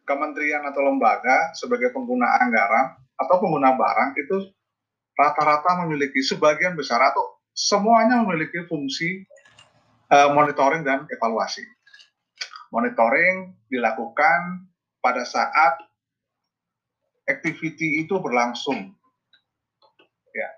kementerian atau lembaga sebagai pengguna anggaran atau pengguna barang itu rata-rata memiliki sebagian besar atau semuanya memiliki fungsi monitoring dan evaluasi. Monitoring dilakukan pada saat activity itu berlangsung. Ya.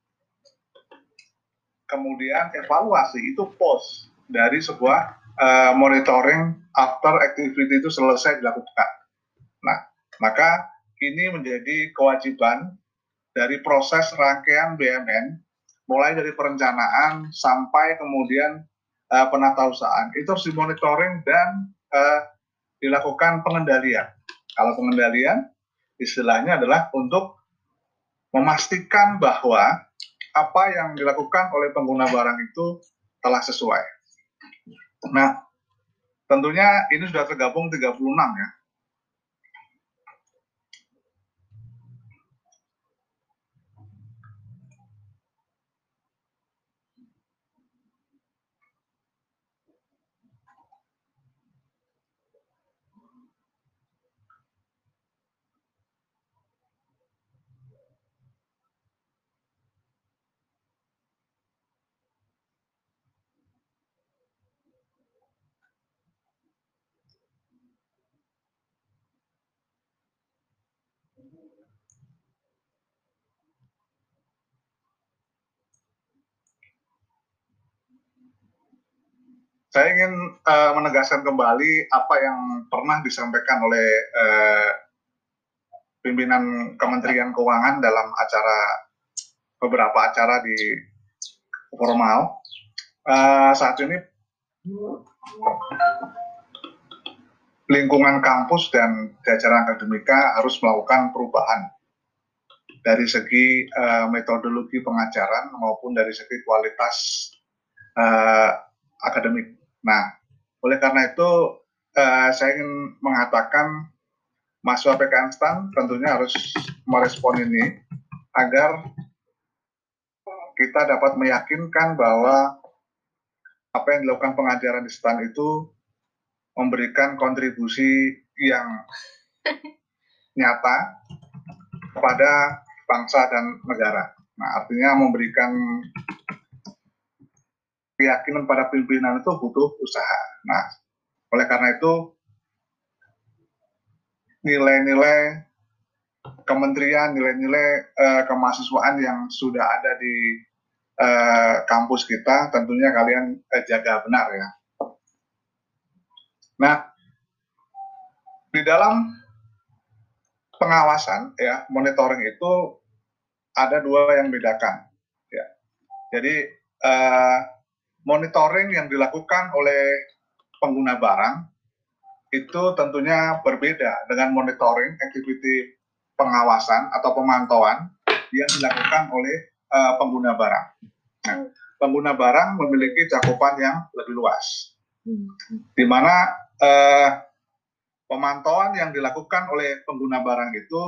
Kemudian evaluasi itu post dari sebuah monitoring after activity itu selesai dilakukan. Nah, maka ini menjadi kewajiban dari proses rangkaian BUMN, mulai dari perencanaan sampai kemudian penatausahaan. Itu harus dimonitoring dan dilakukan pengendalian. Kalau pengendalian, istilahnya adalah untuk memastikan bahwa apa yang dilakukan oleh pengguna barang itu telah sesuai. Nah, tentunya ini sudah tergabung 36 ya. Saya ingin menegaskan kembali apa yang pernah disampaikan oleh pimpinan Kementerian Keuangan dalam beberapa acara di formal. Saat ini lingkungan kampus dan jajaran akademika harus melakukan perubahan dari segi metodologi pengajaran maupun dari segi kualitas akademik. Nah, oleh karena itu saya ingin mengatakan mahasiswa PKN STAN tentunya harus merespon ini agar kita dapat meyakinkan bahwa apa yang dilakukan pengajaran di STAN itu memberikan kontribusi yang nyata kepada bangsa dan negara. Nah, artinya memberikan keyakinan pada pimpinan itu butuh usaha. Nah, oleh karena itu nilai-nilai kementerian, nilai-nilai kemahasiswaan yang sudah ada di kampus kita tentunya kalian jaga benar ya. Nah, di dalam pengawasan ya, monitoring itu ada dua yang bedakan ya. Jadi monitoring yang dilakukan oleh pengguna barang itu tentunya berbeda dengan monitoring activity pengawasan atau pemantauan yang dilakukan oleh pengguna barang. Nah, pengguna barang memiliki cakupan yang lebih luas, di mana pemantauan yang dilakukan oleh pengguna barang itu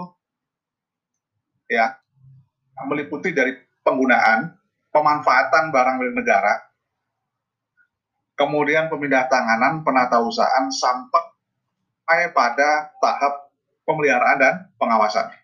ya meliputi dari penggunaan, pemanfaatan barang milik negara, kemudian pemindahantanganan, penatausahaan sampai pada tahap pemeliharaan dan pengawasan.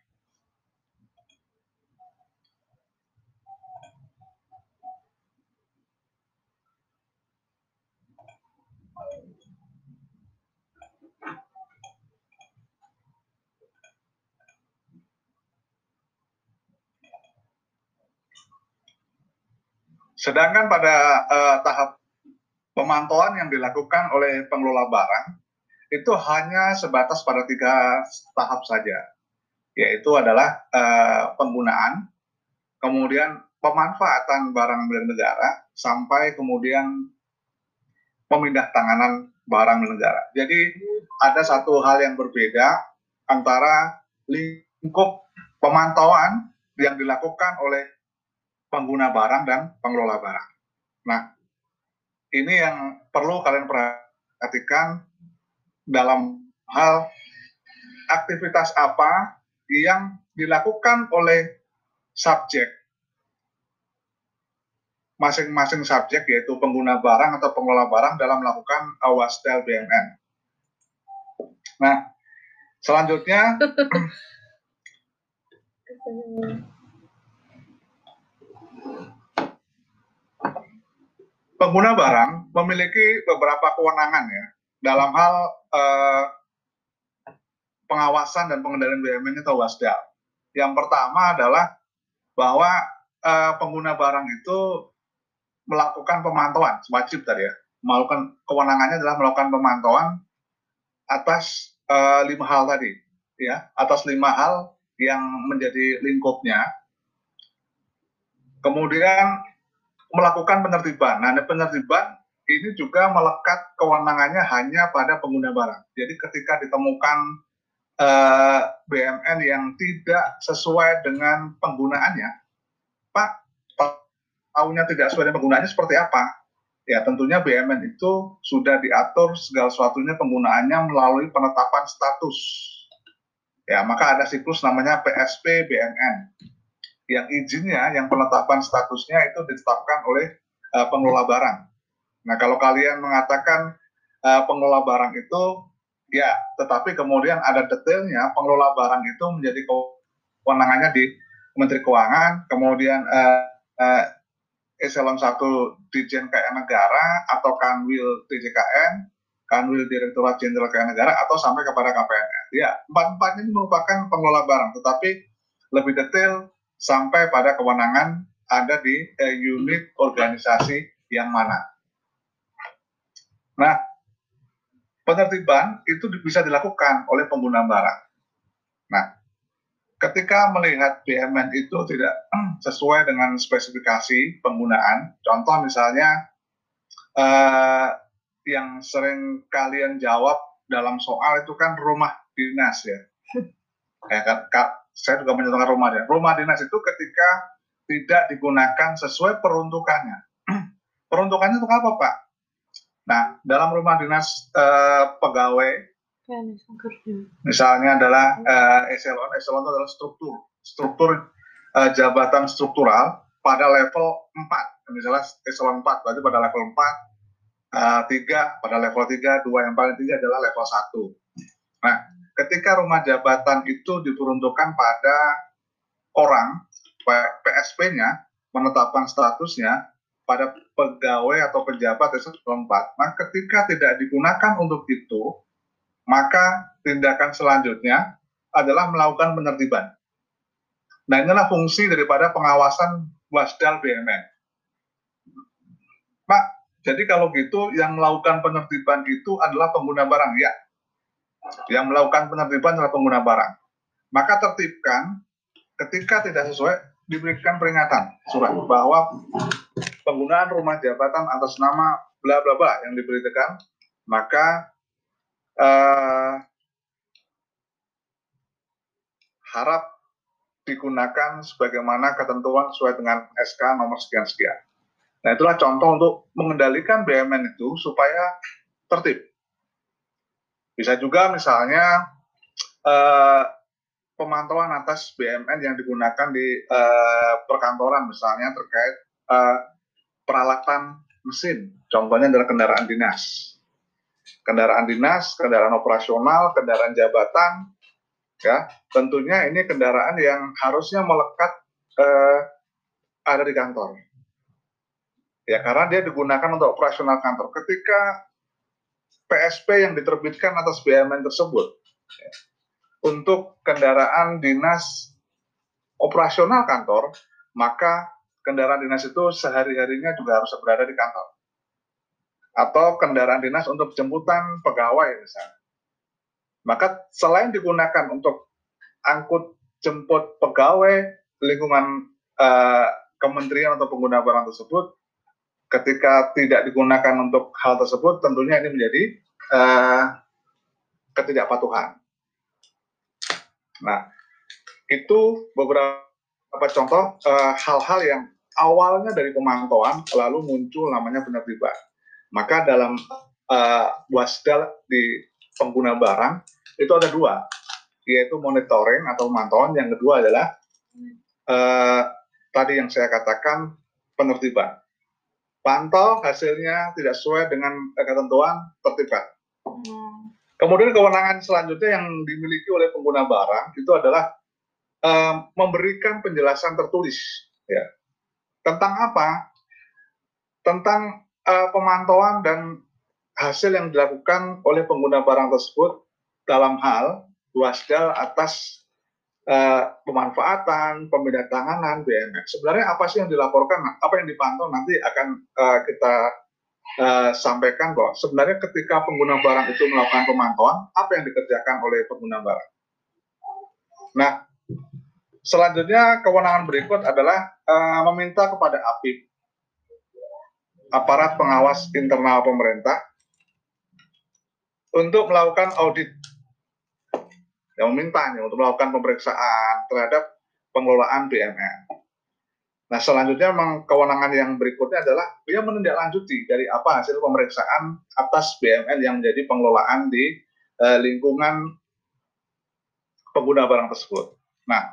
Sedangkan pada tahap pemantauan yang dilakukan oleh pengelola barang itu hanya sebatas pada 3 tahap saja, yaitu adalah penggunaan, kemudian pemanfaatan barang milik negara, sampai kemudian pemindahantanganan barang milik negara. Jadi ada satu hal yang berbeda antara lingkup pemantauan yang dilakukan oleh pengguna barang dan pengelola barang. Nah, ini yang perlu kalian perhatikan dalam hal aktivitas apa yang dilakukan oleh subjek, masing-masing subjek yaitu pengguna barang atau pengelola barang dalam melakukan wastel BUMN. Nah, Selanjutnya, pengguna barang memiliki beberapa kewenangan ya dalam hal pengawasan dan pengendalian BUMN atau WASDA. Yang pertama adalah bahwa pengguna barang itu melakukan pemantauan, wajib tadi ya, melakukan kewenangannya adalah melakukan pemantauan atas 5 hal tadi, ya, atas 5 hal yang menjadi lingkupnya. Kemudian melakukan penertiban. Nah, penertiban ini juga melekat kewenangannya hanya pada pengguna barang. Jadi ketika ditemukan BUMN yang tidak sesuai dengan penggunaannya, Pak, tahunya tidak sesuai dengan penggunaannya seperti apa? Ya, tentunya BUMN itu sudah diatur segala sesuatunya penggunaannya melalui penetapan status. Ya, maka ada siklus namanya PSP BUMN. Yang izinnya, yang penetapan statusnya itu ditetapkan oleh pengelola barang. Nah, kalau kalian mengatakan pengelola barang itu, ya, tetapi kemudian ada detailnya, pengelola barang itu menjadi kewenangannya di Menteri Keuangan, kemudian eselon 1 Dirjen KN Negara, atau Kanwil DJKN, Kanwil Direktorat Jenderal KN Negara, atau sampai kepada KPNN. Ya, empat-empatnya ini merupakan pengelola barang, tetapi lebih detail sampai pada kewenangan ada di unit organisasi yang mana. Nah, penertiban itu bisa dilakukan oleh pengguna barang. Nah, ketika melihat BUMN itu tidak sesuai dengan spesifikasi penggunaan, contoh misalnya yang sering kalian jawab dalam soal itu kan rumah dinas ya. Saya juga mencontohkan rumah dinas. Rumah dinas itu ketika tidak digunakan sesuai peruntukannya. Peruntukannya untuk apa, Pak? Nah, dalam rumah dinas pegawai, misalnya adalah eselon itu adalah struktur jabatan struktural pada level 4. Misalnya eselon 4, berarti pada level 4, 3 pada level 3, 2 yang paling tinggi adalah level 1. Nah, ketika rumah jabatan itu diperuntukkan pada orang, PSP-nya, menetapkan statusnya pada pegawai atau pejabat eselon 4, nah ketika tidak digunakan untuk itu, maka tindakan selanjutnya adalah melakukan penertiban. Nah, inilah fungsi daripada pengawasan WASDAL BUMN. Pak, jadi kalau gitu yang melakukan penertiban itu adalah pengguna barang, ya. Yang melakukan penertiban adalah pengguna barang. Maka tertibkan ketika tidak sesuai diberikan peringatan surat bahwa penggunaan rumah jabatan atas nama bla bla bla yang diberitakan, maka harap digunakan sebagaimana ketentuan sesuai dengan SK nomor sekian-sekian. Nah, itulah contoh untuk mengendalikan BUMN itu supaya tertib. Bisa juga misalnya pemantauan atas BUMN yang digunakan di perkantoran, misalnya terkait peralatan mesin, contohnya adalah kendaraan dinas. Kendaraan dinas, kendaraan operasional, kendaraan jabatan, ya, tentunya ini kendaraan yang harusnya melekat ada di kantor. Ya, karena dia digunakan untuk operasional kantor. Ketika PSP yang diterbitkan atas BUMN tersebut, ya, untuk kendaraan dinas operasional kantor, maka kendaraan dinas itu sehari-harinya juga harus berada di kantor. Atau kendaraan dinas untuk jemputan pegawai misalnya. Maka selain digunakan untuk angkut jemput pegawai lingkungan kementerian atau pengguna barang tersebut, ketika tidak digunakan untuk hal tersebut, tentunya ini menjadi ketidakpatuhan. Nah, itu beberapa contoh hal-hal yang awalnya dari pemantauan lalu muncul namanya penertiban. Maka dalam WASDAL di pengguna barang itu ada 2, yaitu monitoring atau pemantauan. Yang kedua adalah tadi yang saya katakan penertiban. Pantau hasilnya tidak sesuai dengan ketentuan, tertibkan. Kemudian kewenangan selanjutnya yang dimiliki oleh pengguna barang itu adalah memberikan penjelasan tertulis, ya. Tentang apa? Tentang pemantauan dan hasil yang dilakukan oleh pengguna barang tersebut dalam hal wasdal atas pemanfaatan, pemindahan BMX. Sebenarnya apa sih yang dilaporkan, apa yang dipantau nanti akan kita sampaikan bahwa sebenarnya ketika pengguna barang itu melakukan pemantauan, apa yang dikerjakan oleh pengguna barang. Nah, selanjutnya kewenangan berikut adalah meminta kepada APIP, aparat pengawas internal pemerintah, untuk melakukan audit, yang memintanya untuk melakukan pemeriksaan terhadap pengelolaan BUMN. Nah, selanjutnya memang kewenangan yang berikutnya adalah dia menindaklanjuti dari apa hasil pemeriksaan atas BUMN yang menjadi pengelolaan di lingkungan pengguna barang tersebut. Nah,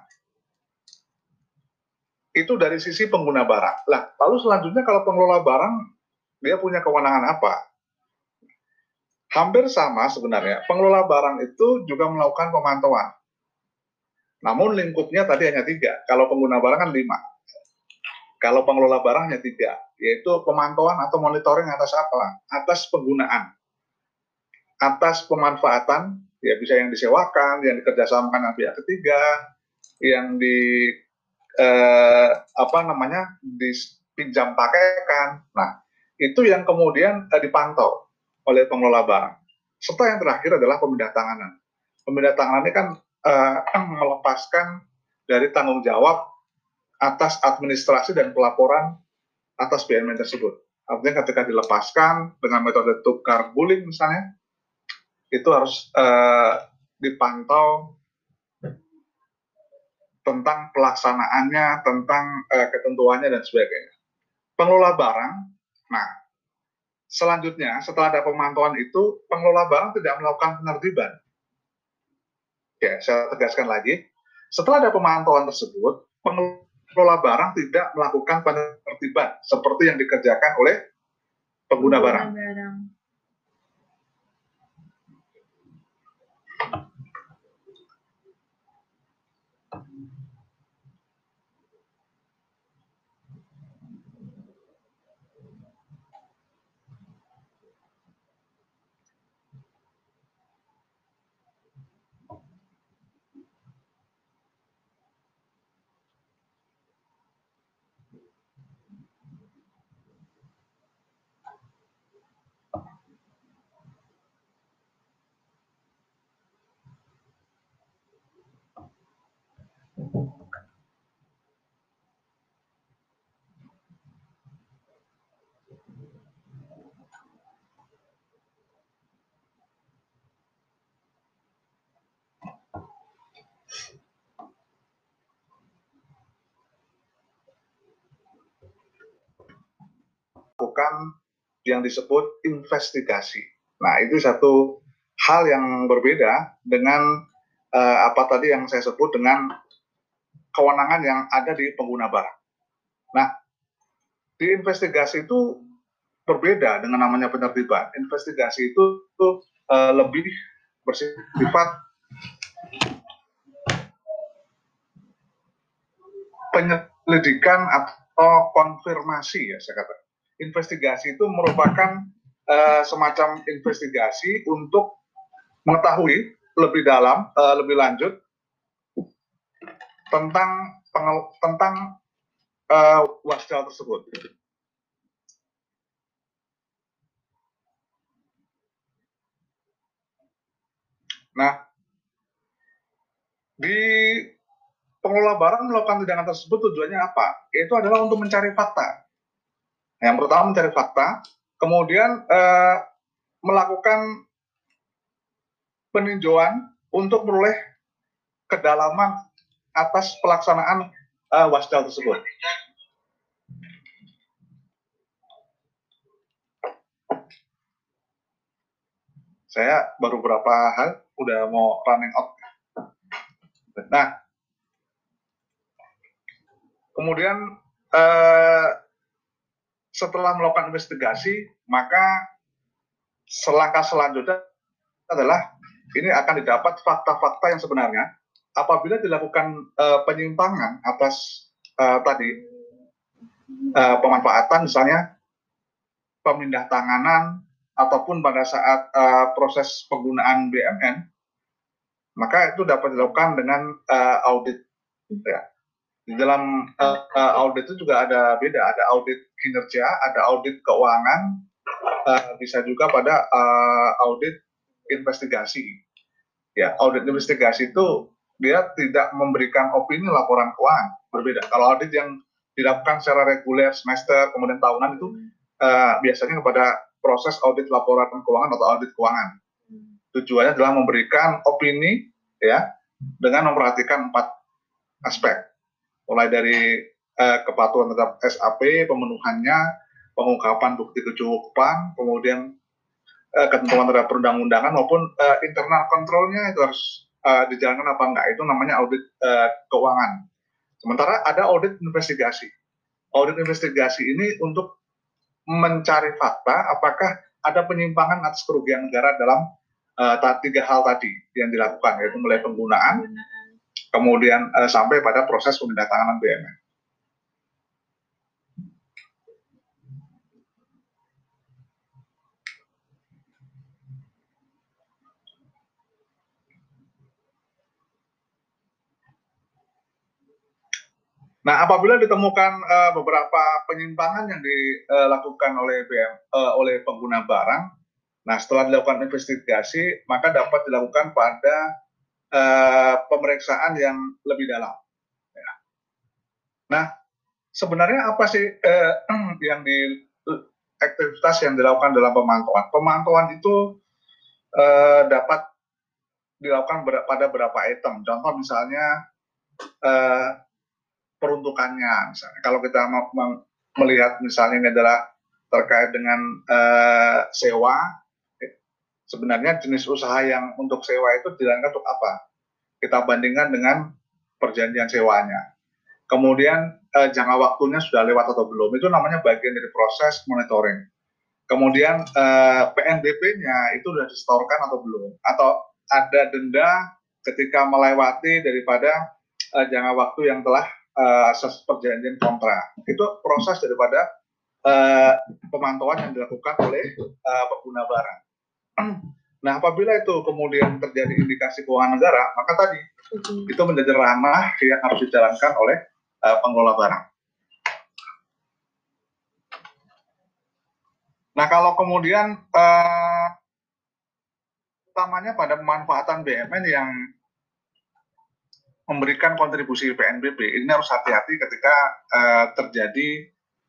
itu dari sisi pengguna barang. Lah, lalu selanjutnya kalau pengelola barang, dia punya kewenangan apa? Hampir sama sebenarnya. Pengelola barang itu juga melakukan pemantauan. Namun lingkupnya tadi hanya 3. Kalau pengguna barang kan 5. Kalau pengelola barang hanya 3, yaitu pemantauan atau monitoring atas apa? Atas penggunaan, atas pemanfaatan, ya bisa yang disewakan, yang dikerjasamakan dengan pihak ketiga, yang dipinjam pakaikan. Nah, itu yang kemudian dipantau oleh pengelola barang. Serta yang terakhir adalah pemindah tanganan. Pemindah tanganan ini kan melepaskan dari tanggung jawab atas administrasi dan pelaporan atas BUMN tersebut. Artinya ketika dilepaskan dengan metode tukar guling misalnya, itu harus dipantau tentang pelaksanaannya, tentang ketentuannya dan sebagainya. Pengelola barang, nah selanjutnya setelah ada pemantauan itu, pengelola barang tidak melakukan penertiban. Ya, saya tegaskan lagi, setelah ada pemantauan tersebut, pengelola barang tidak melakukan penertiban seperti yang dikerjakan oleh pengguna barang. Lakukan yang disebut investigasi. Nah, itu satu hal yang berbeda dengan apa tadi yang saya sebut dengan kewenangan yang ada di pengguna barang. Nah, di investigasi itu berbeda dengan namanya penertiban. Investigasi itu lebih bersifat penyelidikan atau konfirmasi, ya saya katakan. Investigasi itu merupakan semacam investigasi untuk mengetahui lebih dalam, lebih lanjut tentang wasdal tersebut. Nah, di pengelola barang melakukan tindakan tersebut tujuannya apa? Itu adalah untuk mencari fakta. Yang pertama mencari fakta, kemudian melakukan peninjauan untuk memperoleh kedalaman atas pelaksanaan wasdal tersebut. Saya baru beberapa hal udah mau running out. Nah, kemudian setelah melakukan investigasi, maka selangkah selanjutnya adalah ini akan didapat fakta-fakta yang sebenarnya apabila dilakukan penyimpangan atas tadi pemanfaatan, misalnya pemindah tanganan ataupun pada saat proses penggunaan BUMN, maka itu dapat dilakukan dengan audit. Ya. Di dalam audit itu juga ada beda, ada audit kinerja, ada audit keuangan, bisa juga pada audit investigasi. Ya, audit investigasi itu dia tidak memberikan opini laporan keuangan, berbeda. Kalau audit yang dilakukan secara reguler semester kemudian tahunan itu biasanya kepada proses audit laporan keuangan atau audit keuangan. Tujuannya adalah memberikan opini ya dengan memperhatikan 4 aspek, mulai dari kepatuhan terhadap SAP, pemenuhannya, pengungkapan bukti kecukupan, kemudian ketentuan terhadap perundang-undangan maupun internal kontrolnya itu harus dijalankan apa enggak, itu namanya audit keuangan. Sementara ada audit investigasi. Audit investigasi ini untuk mencari fakta apakah ada penyimpangan atas kerugian negara dalam 3 hal tadi yang dilakukan, yaitu mulai penggunaan, kemudian sampai pada proses pemindahantanganan BUMN. Nah, apabila ditemukan beberapa penyimpangan yang dilakukan oleh pengguna barang, nah setelah dilakukan investigasi, maka dapat dilakukan pada pemeriksaan yang lebih dalam. Ya. Nah, sebenarnya apa sih yang aktivitas yang dilakukan dalam pemantauan? Pemantauan itu dapat dilakukan pada beberapa item. Contoh misalnya peruntukannya, misalnya kalau kita melihat misalnya ini adalah terkait dengan sewa, sebenarnya jenis usaha yang untuk sewa itu dilakukan untuk apa? Kita bandingkan dengan perjanjian sewanya. Kemudian jangka waktunya sudah lewat atau belum, itu namanya bagian dari proses monitoring. Kemudian PNBP-nya itu sudah disetorkan atau belum, atau ada denda ketika melewati daripada jangka waktu yang telah perjanjian kontrak. Itu proses daripada pemantauan yang dilakukan oleh pengguna barang. Nah, apabila itu kemudian terjadi indikasi keuangan negara, maka tadi itu menjadi ranah yang harus dijalankan oleh pengelola barang. Nah, kalau kemudian utamanya pada pemanfaatan BUMN yang memberikan kontribusi PNBP, ini harus hati-hati ketika terjadi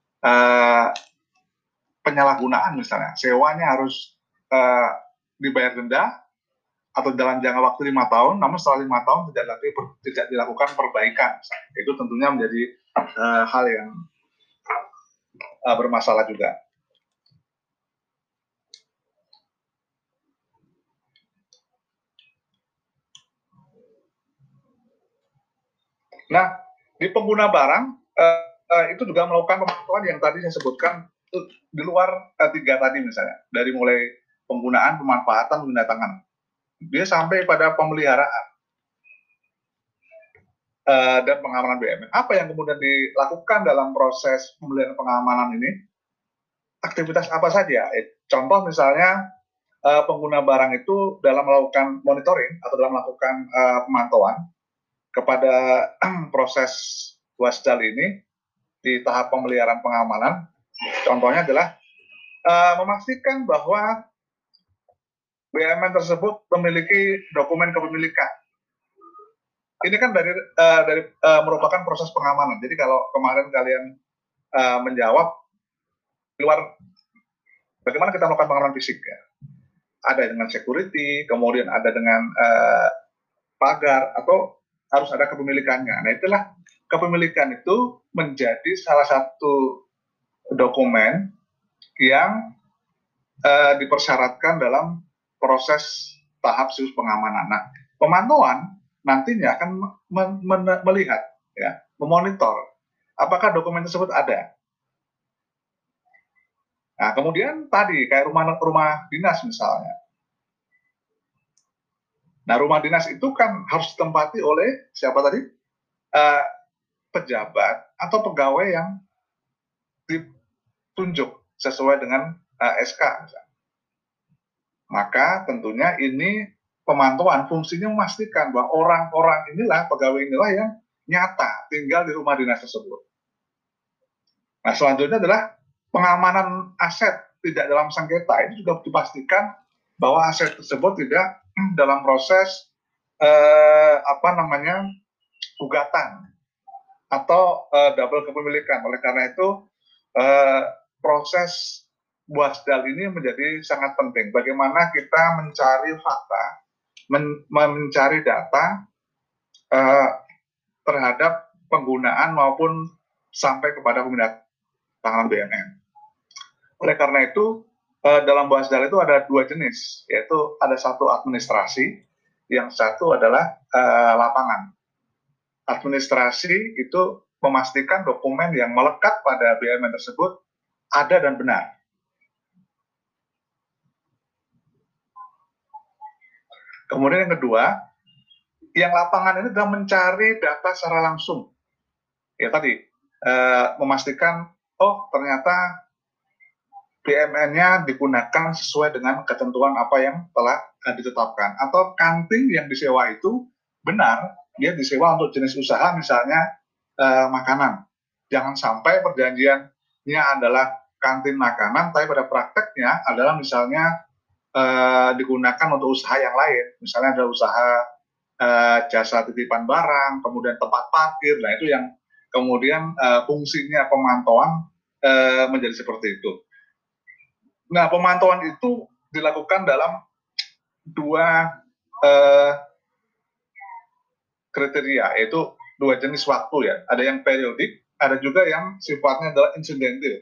penyalahgunaan, misalnya sewanya harus dibayar denda atau dalam jangka waktu 5 tahun, namun setelah 5 tahun tidak dilakukan perbaikan, misalnya. Itu tentunya menjadi hal yang bermasalah juga. Nah, di pengguna barang itu juga melakukan pemantauan yang tadi saya sebutkan di luar 3 tadi, misalnya dari mulai penggunaan, pemanfaatan, pemindahan. Dia sampai pada pemeliharaan dan pengamanan BUMN. Apa yang kemudian dilakukan dalam proses pemeliharaan pengamanan ini? Aktivitas apa saja? Contoh misalnya pengguna barang itu dalam melakukan monitoring atau dalam melakukan pemantauan kepada proses wasdal ini di tahap pemeliharaan pengamanan, contohnya adalah memastikan bahwa BUMN tersebut memiliki dokumen kepemilikan. Ini kan dari merupakan proses pengamanan. Jadi kalau kemarin kalian menjawab luar bagaimana kita melakukan pengamanan fisik, ya? Ada dengan security, kemudian ada dengan pagar, atau harus ada kepemilikannya. Nah, itulah kepemilikan itu menjadi salah satu dokumen yang dipersyaratkan dalam proses tahap siklus pengamanan. Nah, pemantauan nantinya akan melihat, ya, memonitor apakah dokumen tersebut ada. Nah, kemudian tadi kayak rumah dinas misalnya, Nah, rumah dinas itu kan harus ditempati oleh siapa tadi? Pejabat atau pegawai yang ditunjuk sesuai dengan SK. Misalnya. Maka tentunya ini pemantauan fungsinya memastikan bahwa orang-orang inilah, pegawai inilah yang nyata tinggal di rumah dinas tersebut. Nah, selanjutnya adalah pengamanan aset tidak dalam sengketa. Itu juga dipastikan bahwa aset tersebut tidak dalam proses gugatan atau double kepemilikan. Oleh karena itu proses Buasdal ini menjadi sangat penting. Bagaimana kita mencari fakta, mencari data terhadap penggunaan maupun sampai kepada pemindahan tangan BUMN. Oleh karena itu, dalam Buasdal itu ada dua jenis, yaitu ada satu administrasi, yang satu adalah lapangan. Administrasi itu memastikan dokumen yang melekat pada BUMN tersebut ada dan benar. Kemudian yang kedua, yang lapangan ini adalah mencari data secara langsung. Ya tadi, memastikan, oh ternyata BUMN-nya digunakan sesuai dengan ketentuan apa yang telah ditetapkan. Atau kantin yang disewa itu benar, dia disewa untuk jenis usaha misalnya makanan. Jangan sampai perjanjiannya adalah kantin makanan, tapi pada prakteknya adalah misalnya digunakan untuk usaha yang lain. Misalnya ada usaha jasa titipan barang, kemudian tempat parkir. Nah itu yang kemudian fungsinya pemantauan menjadi seperti itu. Nah pemantauan itu dilakukan dalam dua kriteria, yaitu dua jenis waktu ya. Ada yang periodik, ada juga yang sifatnya adalah insidentil.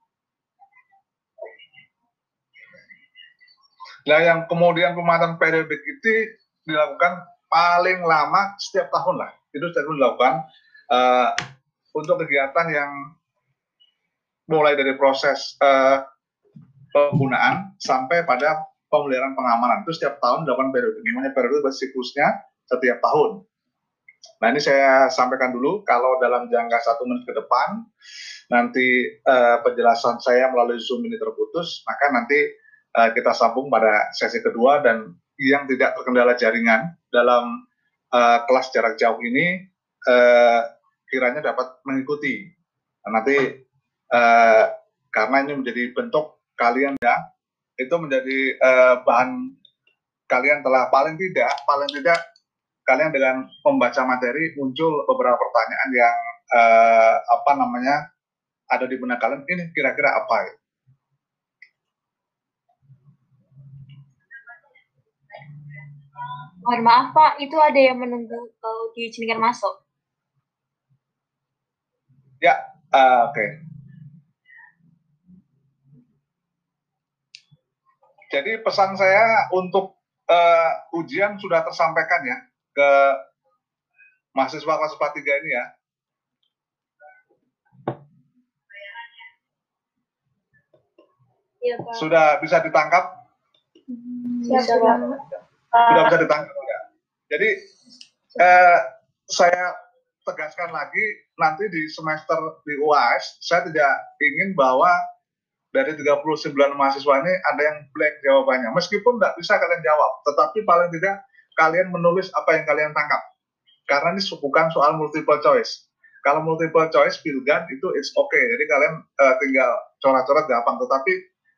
Nah, yang kemudian pemantauan periodik itu dilakukan paling lama setiap tahun lah. Itu setiap tahun dilakukan untuk kegiatan yang mulai dari proses penggunaan sampai pada pemeliharaan pengamanan. Itu setiap tahun dilakukan periodik. Namanya periodik siklusnya setiap tahun. Nah, ini saya sampaikan dulu. Kalau dalam jangka 1 menit ke depan, nanti penjelasan saya melalui Zoom ini terputus, maka nanti kita sambung pada sesi kedua, dan yang tidak terkendala jaringan dalam kelas jarak jauh ini kiranya dapat mengikuti. Nah, nanti karena ini menjadi bentuk kalian ya, itu menjadi bahan kalian telah paling tidak kalian dengan membaca materi muncul beberapa pertanyaan yang ada di benak kalian, ini kira-kira apa ya? Mohon maaf Pak, itu ada yang menunggu diizinkan masuk. Ya, oke. Jadi pesan saya untuk ujian sudah tersampaikan ya ke mahasiswa kelas 43 ini ya. Iya, Pak. Sudah bisa ditangkap? Sudah bisa ditangkap ya. Jadi saya tegaskan lagi, nanti di semester di UAS saya tidak ingin bahwa dari 39 mahasiswa ini ada yang blank jawabannya. Meskipun nggak bisa kalian jawab, tetapi paling tidak kalian menulis apa yang kalian tangkap. Karena ini bukan soal multiple choice. Kalau multiple choice, Pilgan itu it's okay. Jadi kalian tinggal coret-coret gampang. Tetapi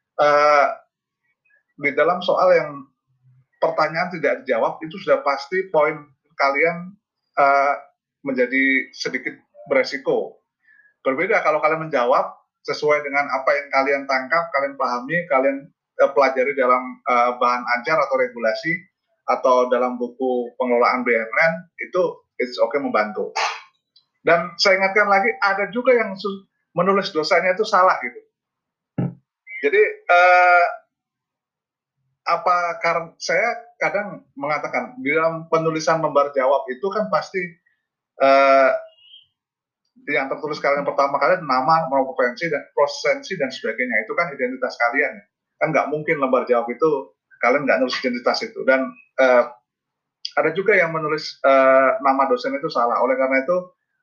di dalam soal yang pertanyaan tidak dijawab, itu sudah pasti poin kalian menjadi sedikit beresiko. Berbeda kalau kalian menjawab sesuai dengan apa yang kalian tangkap, kalian pahami, kalian pelajari dalam bahan ajar atau regulasi atau dalam buku pengelolaan BUMN, itu it's okay membantu. Dan saya ingatkan lagi, ada juga yang menulis dosanya itu salah gitu. Jadi karena saya kadang mengatakan di dalam penulisan lembar jawab itu kan pasti yang tertulis kalian pertama kali nama, provinsi dan sebagainya, itu kan identitas kalian. Kan nggak mungkin lembar jawab itu kalian nggak nulis identitas itu. Dan ada juga yang menulis nama dosen itu salah. Oleh karena itu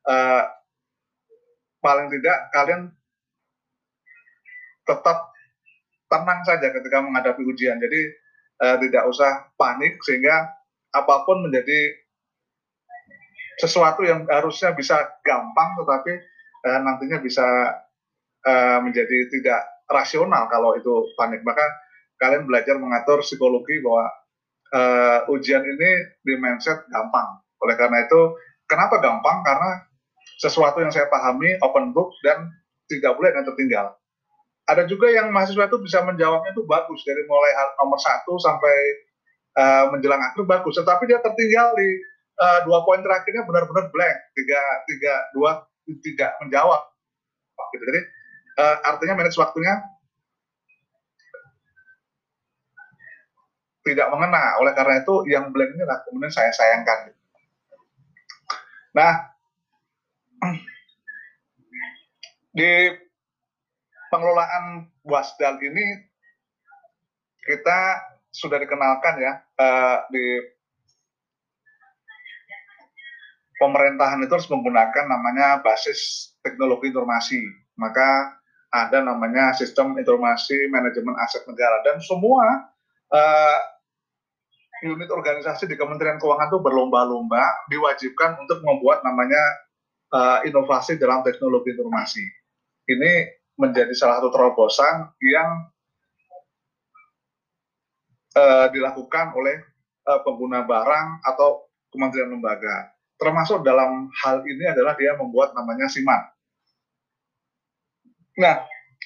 paling tidak kalian tetap tenang saja ketika menghadapi ujian. Jadi tidak usah panik sehingga apapun menjadi sesuatu yang harusnya bisa gampang tetapi nantinya bisa menjadi tidak rasional kalau itu panik. Maka kalian belajar mengatur psikologi bahwa ujian ini di mindset gampang. Oleh karena itu, kenapa gampang? Karena sesuatu yang saya pahami open book dan tidak boleh yang tertinggal. Ada juga yang mahasiswa itu bisa menjawabnya itu bagus dari mulai nomor 1 sampai menjelang akhir bagus, tetapi dia tertinggal di 2 poin terakhirnya benar-benar blank, tidak menjawab. Gitu. Jadi artinya manage waktunya tidak mengena. Oleh karena itu yang blank ini lah kemudian saya sayangkan. Nah, di pengelolaan Wasdal ini kita sudah dikenalkan ya di pemerintahan itu harus menggunakan namanya basis teknologi informasi. Maka ada namanya sistem informasi manajemen aset negara dan semua unit organisasi di Kementerian Keuangan itu berlomba-lomba diwajibkan untuk membuat namanya inovasi dalam teknologi informasi. Ini menjadi salah satu terobosan yang dilakukan oleh pengguna barang atau kementerian lembaga. Termasuk dalam hal ini adalah dia membuat namanya SIMAN. Nah,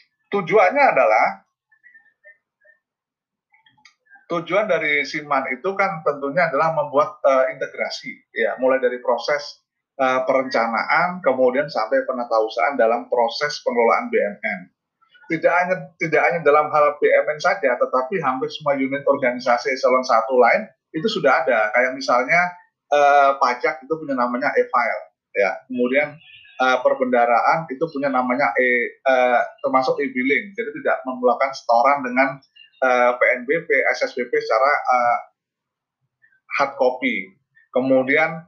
tujuan dari SIMAN itu kan tentunya adalah membuat integrasi, ya, mulai dari proses perencanaan, kemudian sampai penatausahaan dalam proses pengelolaan BUMN. Tidak hanya dalam hal BUMN saja, tetapi hampir semua unit organisasi eselon 1 lain itu sudah ada. Kayak misalnya pajak itu punya namanya e-file, ya. Kemudian perbendaraan itu punya namanya termasuk e-billing. Jadi tidak melakukan setoran dengan PNBP, SSBP secara hard copy. Kemudian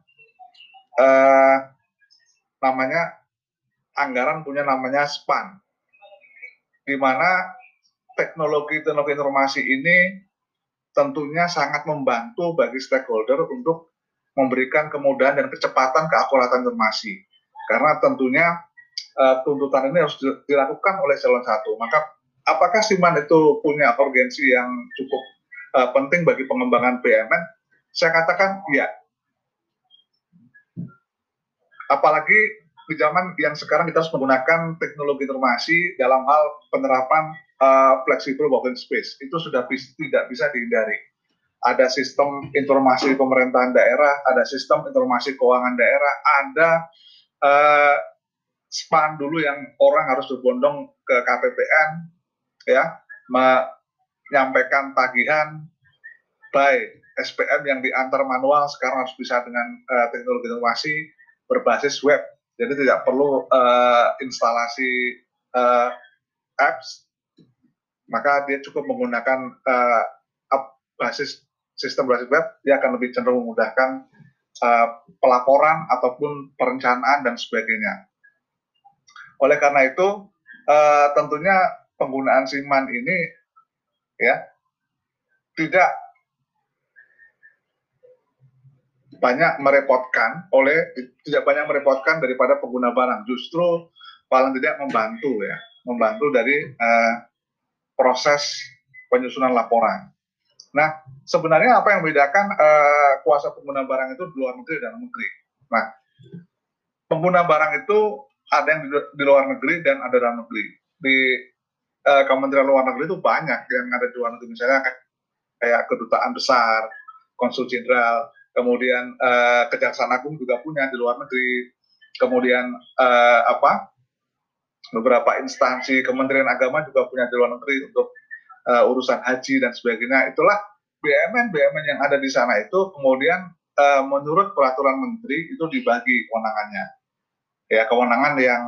namanya anggaran punya namanya SPAN, di mana teknologi informasi ini tentunya sangat membantu bagi stakeholder untuk memberikan kemudahan dan kecepatan keakuratan informasi. Karena tentunya tuntutan ini harus dilakukan oleh eselon 1. Maka apakah SIMAN itu punya urgensi yang cukup penting bagi pengembangan BUMN? Saya katakan iya. Apalagi di zaman yang sekarang kita harus menggunakan teknologi informasi dalam hal penerapan flexible working space. Itu sudah tidak bisa dihindari. Ada sistem informasi pemerintahan daerah, ada sistem informasi keuangan daerah, ada SPAN dulu yang orang harus berbondong ke KPPN, ya, menyampaikan tagihan by SPM yang diantar manual, sekarang harus bisa dengan teknologi informasi berbasis web. Jadi tidak perlu instalasi apps, maka dia cukup menggunakan sistem basis web, dia akan lebih cenderung memudahkan pelaporan ataupun perencanaan dan sebagainya. Oleh karena itu, tentunya penggunaan SIMAN ini ya tidak banyak merepotkan daripada pengguna barang, justru paling tidak membantu dari proses penyusunan laporan. Nah, sebenarnya apa yang membedakan kuasa pengguna barang itu di luar negeri dan dalam negeri? Nah, pengguna barang itu ada yang di luar negeri dan ada dalam negeri. Di Kementerian Luar Negeri itu banyak yang ada di luar negeri, misalnya kayak kedutaan besar, konsul jenderal, kemudian Kejaksaan Agung juga punya di luar negeri, kemudian beberapa instansi Kementerian Agama juga punya di luar negeri untuk urusan haji dan sebagainya. Itulah BUMN yang ada di sana itu kemudian menurut peraturan menteri itu dibagi kewenangannya. Ya, kewenangan yang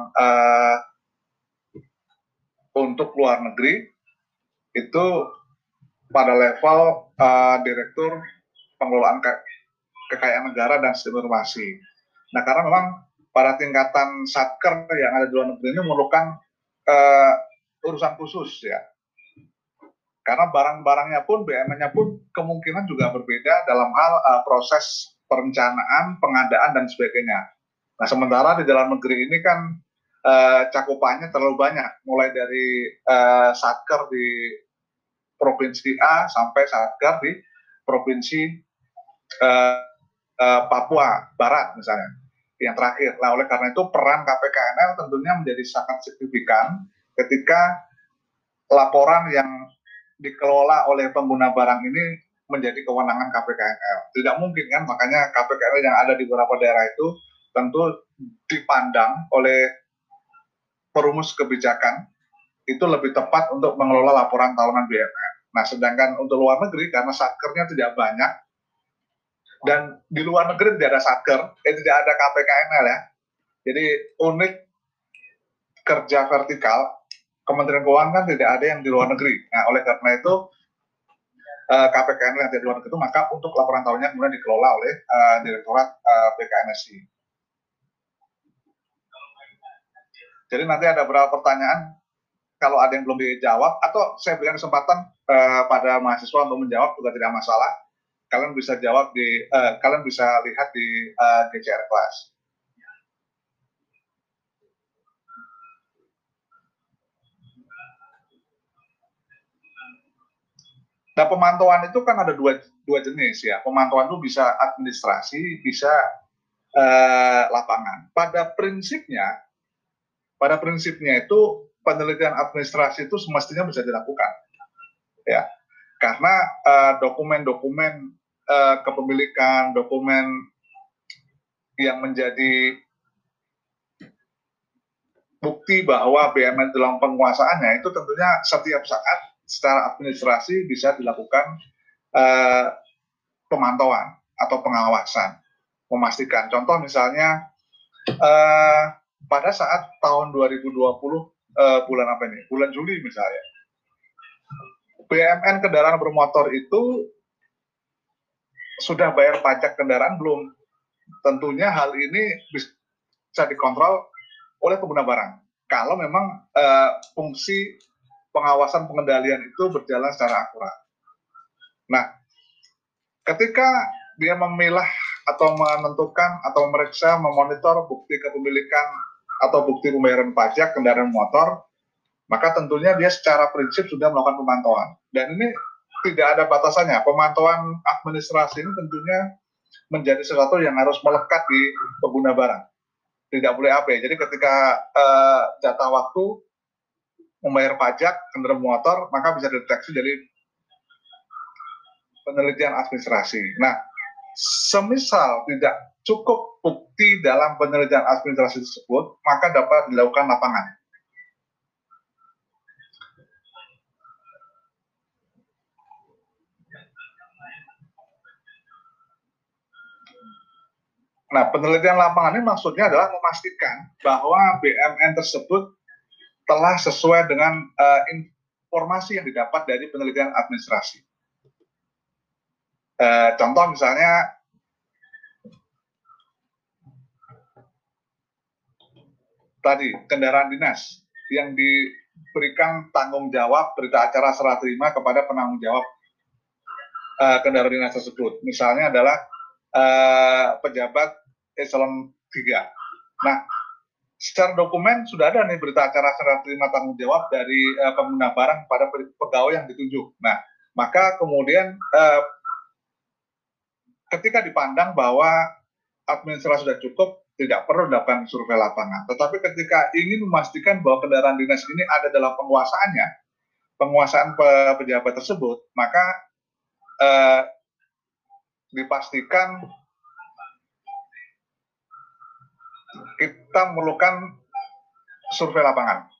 untuk luar negeri itu pada level direktur pengelolaan kekayaan negara dan sistem informasi. Nah, karena memang pada tingkatan satker yang ada di luar negeri ini memerlukan urusan khusus ya. Karena barang-barangnya pun, BUMN-nya pun kemungkinan juga berbeda dalam hal proses perencanaan, pengadaan, dan sebagainya. Nah, sementara di dalam negeri ini kan cakupannya terlalu banyak, mulai dari satker di provinsi A sampai satker di provinsi Papua Barat misalnya, yang terakhir. Nah, oleh karena itu peran KPKNL tentunya menjadi sangat signifikan ketika laporan yang dikelola oleh pengguna barang ini menjadi kewenangan KPKNL. Tidak mungkin kan, makanya KPKNL yang ada di beberapa daerah itu tentu dipandang oleh perumus kebijakan itu lebih tepat untuk mengelola laporan tahunan BUMN. Nah, sedangkan untuk luar negeri karena satkernya tidak banyak dan di luar negeri tidak ada satker, tidak ada KPKNL ya. Jadi unit kerja vertikal Kementerian Keuangan kan tidak ada yang di luar negeri. Nah, oleh karena itu KPKNL yang di luar negeri itu, maka untuk laporan tahunnya kemudian dikelola oleh Direktorat BKNSI. Jadi nanti ada beberapa pertanyaan, kalau ada yang belum dijawab, atau saya berikan kesempatan pada mahasiswa untuk menjawab juga tidak masalah. Kalian bisa jawab kalian bisa lihat di GCR Class. Nah, pemantauan itu kan ada dua jenis ya. Pemantauan itu bisa administrasi, bisa lapangan. Pada prinsipnya itu penelitian administrasi itu semestinya bisa dilakukan, ya. Karena dokumen-dokumen kepemilikan, dokumen yang menjadi bukti bahwa BUMN dalam penguasaannya itu tentunya setiap saat secara administrasi bisa dilakukan pemantauan atau pengawasan, memastikan. Contoh misalnya pada saat tahun 2020 bulan apa ini? Bulan Juli misalnya. BUMN kendaraan bermotor itu sudah bayar pajak kendaraan belum? Tentunya hal ini bisa dikontrol oleh pengguna barang. Kalau memang fungsi pengawasan pengendalian itu berjalan secara akurat. Nah, ketika dia memilah atau menentukan atau memeriksa, memonitor bukti kepemilikan atau bukti pembayaran pajak kendaraan motor, maka tentunya dia secara prinsip sudah melakukan pemantauan. Dan ini tidak ada batasannya. Pemantauan administrasi ini tentunya menjadi sesuatu yang harus melekat di pengguna barang. Tidak boleh abai. Jadi ketika jatah waktu membayar pajak kendaraan motor, maka bisa dideteksi dari penelitian administrasi. Nah, semisal tidak cukup bukti dalam penelitian administrasi tersebut, maka dapat dilakukan lapangan. Nah, penelitian lapangan ini maksudnya adalah memastikan bahwa BUMN tersebut telah sesuai dengan informasi yang didapat dari penelitian administrasi. Contoh misalnya, tadi kendaraan dinas yang diberikan tanggung jawab berita acara serah terima kepada penanggung jawab kendaraan dinas tersebut. Misalnya adalah pejabat eselon 3. Nah, secara dokumen sudah ada nih berita acara serah terima tanggung jawab dari pengguna barang pada pegawai yang ditunjuk. Nah, maka kemudian ketika dipandang bahwa administrasi sudah cukup, tidak perlu dilakukan survei lapangan. Tetapi ketika ingin memastikan bahwa kendaraan dinas ini ada dalam penguasaan pejabat tersebut, maka dipastikan kita memerlukan survei lapangan.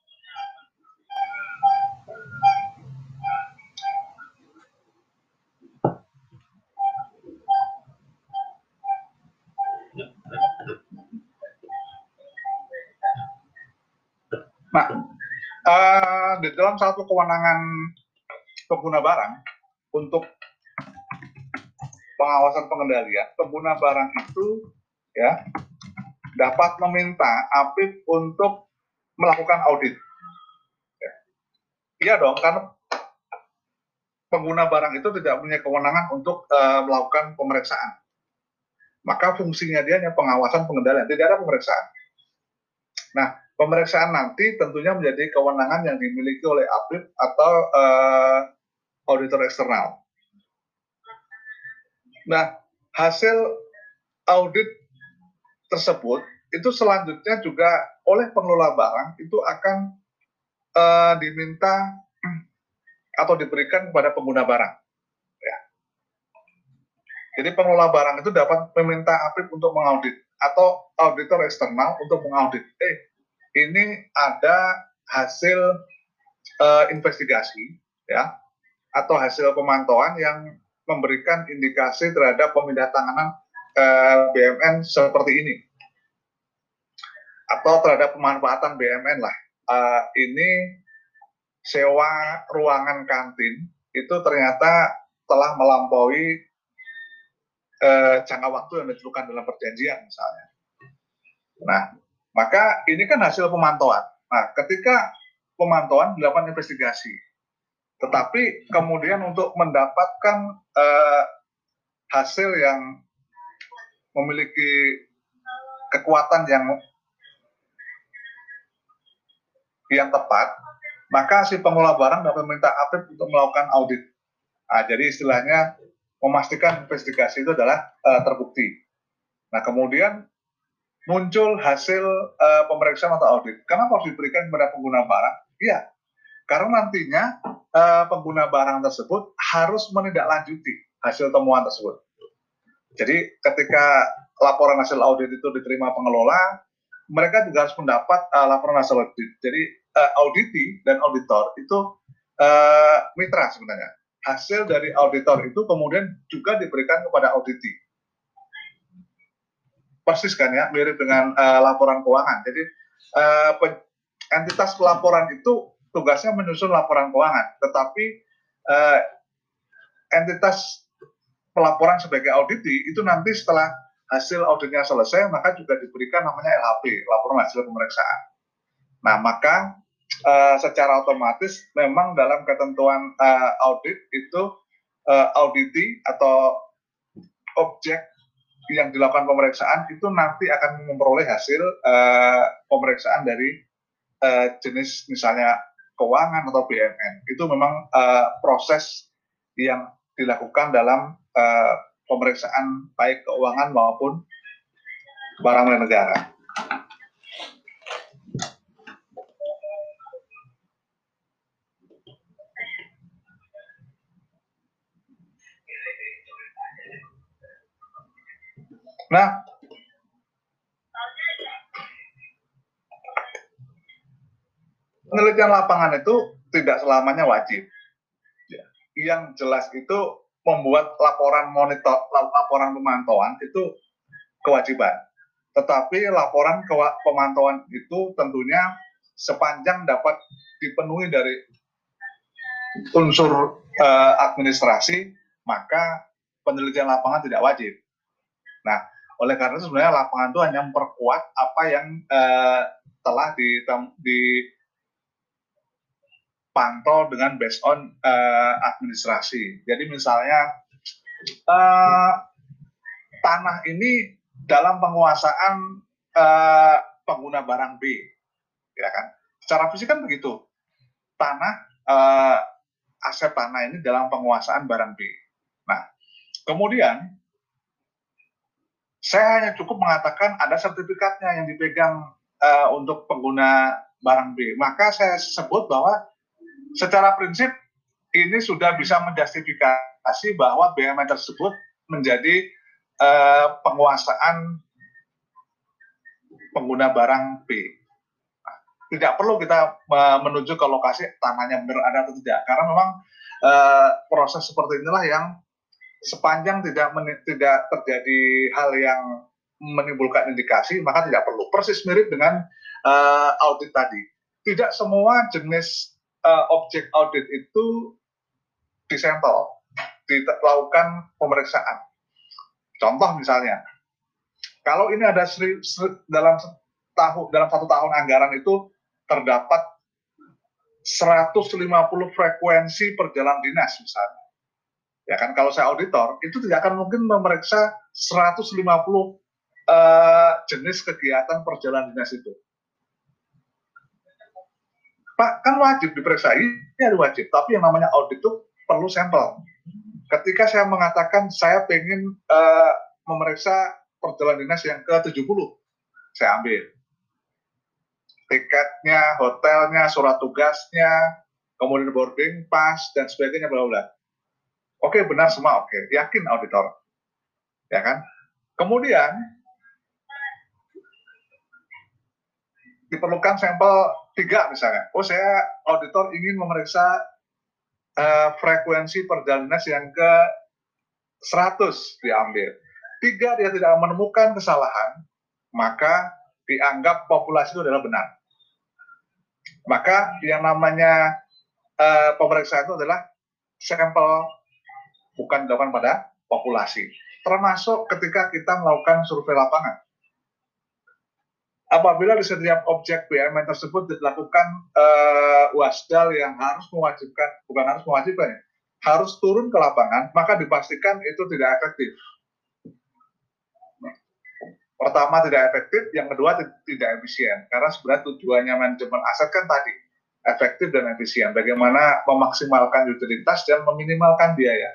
Nah, di dalam satu kewenangan pengguna barang untuk pengawasan pengendalian, pengguna barang itu ya dapat meminta APIP untuk melakukan audit. Ya. Iya dong, karena pengguna barang itu tidak punya kewenangan untuk melakukan pemeriksaan. Maka fungsinya dia hanya pengawasan pengendalian, tidak ada pemeriksaan. Nah, pemeriksaan nanti tentunya menjadi kewenangan yang dimiliki oleh APIP atau auditor eksternal. Nah, hasil audit tersebut itu selanjutnya juga oleh pengelola barang itu akan diminta atau diberikan kepada pengguna barang. Ya. Jadi pengelola barang itu dapat meminta APIP untuk mengaudit atau auditor eksternal untuk mengaudit. Ini ada hasil investigasi, ya, atau hasil pemantauan yang memberikan indikasi terhadap pemindahan BUMN seperti ini, atau terhadap pemanfaatan BUMN lah. Ini sewa ruangan kantin itu ternyata telah melampaui jangka waktu yang ditentukan dalam perjanjian misalnya. Nah, maka ini kan hasil pemantauan. Nah, ketika pemantauan dilakukan investigasi, tetapi kemudian untuk mendapatkan hasil yang memiliki kekuatan yang tepat, maka si pengelola barang dapat meminta APIP untuk melakukan audit. Nah, jadi istilahnya memastikan investigasi itu adalah terbukti. Nah, kemudian muncul hasil pemeriksaan atau audit. Kenapa harus diberikan kepada pengguna barang? Iya, karena nantinya pengguna barang tersebut harus menindaklanjuti hasil temuan tersebut. Jadi ketika laporan hasil audit itu diterima pengelola, mereka juga harus mendapat laporan hasil audit. Jadi auditi dan auditor itu mitra sebenarnya. Hasil dari auditor itu kemudian juga diberikan kepada auditi. Persis kan ya, mirip dengan laporan keuangan. Jadi entitas pelaporan itu tugasnya menyusun laporan keuangan, tetapi entitas pelaporan sebagai auditi itu nanti setelah hasil auditnya selesai, maka juga diberikan namanya LHP, laporan hasil pemeriksaan. Nah, maka secara otomatis memang dalam ketentuan audit itu auditi atau objek yang dilakukan pemeriksaan itu nanti akan memperoleh hasil pemeriksaan dari jenis misalnya keuangan atau BUMN. Itu memang proses yang dilakukan dalam pemeriksaan baik keuangan maupun barang milik negara. Nah, penelitian lapangan itu tidak selamanya wajib. Yang jelas itu membuat laporan laporan pemantauan itu kewajiban. Tetapi laporan pemantauan itu tentunya sepanjang dapat dipenuhi dari unsur administrasi, maka penelitian lapangan tidak wajib. Nah, oleh karena itu sebenarnya lapangan itu hanya memperkuat apa yang telah dipantau dengan based on administrasi. Jadi misalnya tanah ini dalam penguasaan pengguna barang B, ya kan? Secara fisik kan begitu. Tanah aset tanah ini dalam penguasaan barang B. Nah, kemudian saya hanya cukup mengatakan ada sertifikatnya yang dipegang untuk pengguna barang B. Maka saya sebut bahwa secara prinsip ini sudah bisa menjustifikasi bahwa BUMN tersebut menjadi penguasaan pengguna barang B. Nah, tidak perlu kita menuju ke lokasi tanahnya benar ada atau tidak, karena memang proses seperti inilah yang sepanjang tidak terjadi hal yang menimbulkan indikasi, maka tidak perlu. Persis mirip dengan audit tadi. Tidak semua jenis objek audit itu disampel, dilakukan pemeriksaan. Contoh misalnya, kalau ini ada dalam satu tahun anggaran itu terdapat 150 frekuensi perjalanan dinas misalnya. Ya kan, kalau saya auditor itu tidak akan mungkin memeriksa 150 jenis kegiatan perjalanan dinas itu. Pak, kan wajib diperiksa, ini ada wajib, tapi yang namanya audit itu perlu sampel. Ketika saya mengatakan saya ingin memeriksa perjalanan dinas yang ke-70, saya ambil tiketnya, hotelnya, surat tugasnya, kemudian boarding pass dan sebagainya, bla bla. Oke, benar semua, oke, yakin auditor, ya kan? Kemudian diperlukan sampel 3 misalnya. Oh, saya auditor ingin memeriksa frekuensi perjalanan dinas yang ke 100, diambil. 3, dia tidak menemukan kesalahan, maka dianggap populasi itu adalah benar. Maka yang namanya pemeriksaan itu adalah sampel, bukan dilakukan pada populasi. Termasuk ketika kita melakukan survei lapangan. Apabila di setiap objek BUMN tersebut dilakukan wasdal yang harus mewajibkan, bukan harus mewajibkan ya, harus turun ke lapangan, maka dipastikan itu tidak efektif. Pertama, tidak efektif, yang kedua tidak efisien. Karena sebenarnya tujuannya manajemen aset kan tadi, efektif dan efisien. Bagaimana memaksimalkan utilitas dan meminimalkan biaya.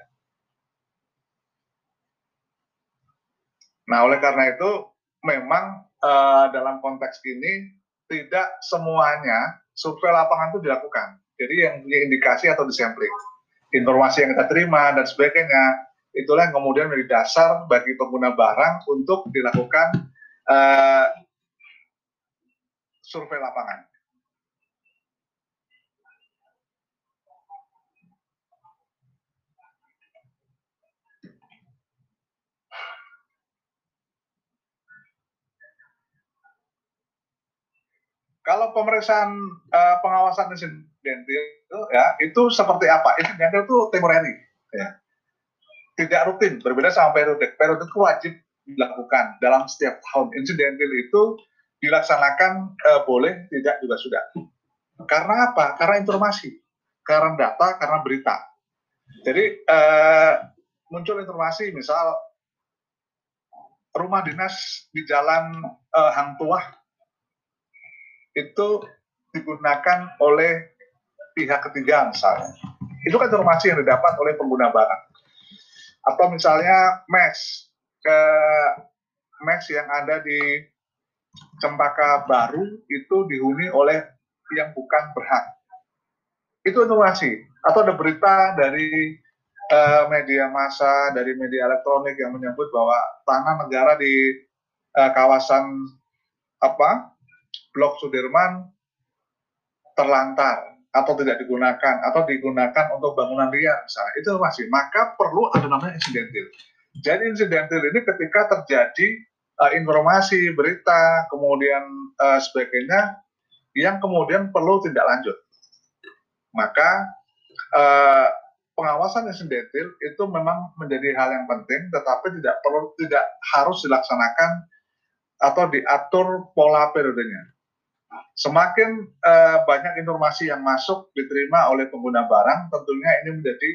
Nah, oleh karena itu, memang dalam konteks ini, tidak semuanya survei lapangan itu dilakukan. Jadi yang indikasi atau disampling. Informasi yang kita terima dan sebagainya, itulah yang kemudian menjadi dasar bagi pengguna barang untuk dilakukan survei lapangan. Kalau pemeriksaan pengawasan insidentil ya, itu seperti apa? Insidentil itu temporary, ya. Tidak rutin, berbeda sama periode. Periode itu wajib dilakukan dalam setiap tahun. Insidentil itu dilaksanakan boleh, tidak juga sudah. Karena apa? Karena informasi, karena data, karena berita. Jadi muncul informasi, misal rumah dinas di Jalan Hang Tuah itu digunakan oleh pihak ketiga misalnya. Itu kan informasi yang didapat oleh pengguna barang. Atau misalnya mes yang ada di Cempaka Baru itu dihuni oleh yang bukan berhak. Itu informasi. Atau ada berita dari media massa, dari media elektronik yang menyebut bahwa tanah negara di kawasan Blok Sudirman terlantar atau tidak digunakan atau digunakan untuk bangunan liar misalnya, itu masih, maka perlu ada namanya insidentil. Jadi insidentil ini ketika terjadi informasi, berita, kemudian sebagainya yang kemudian perlu tindak lanjut, maka pengawasan insidentil itu memang menjadi hal yang penting, tetapi tidak harus dilaksanakan atau diatur pola periodenya. Semakin banyak informasi yang masuk diterima oleh pengguna barang, tentunya ini menjadi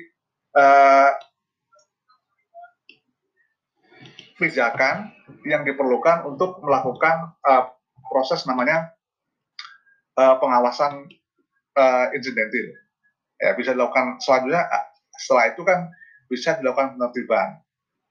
pijakan yang diperlukan untuk melakukan proses namanya pengawasan insidentil. Ya, bisa dilakukan selanjutnya, setelah itu kan bisa dilakukan penertiban.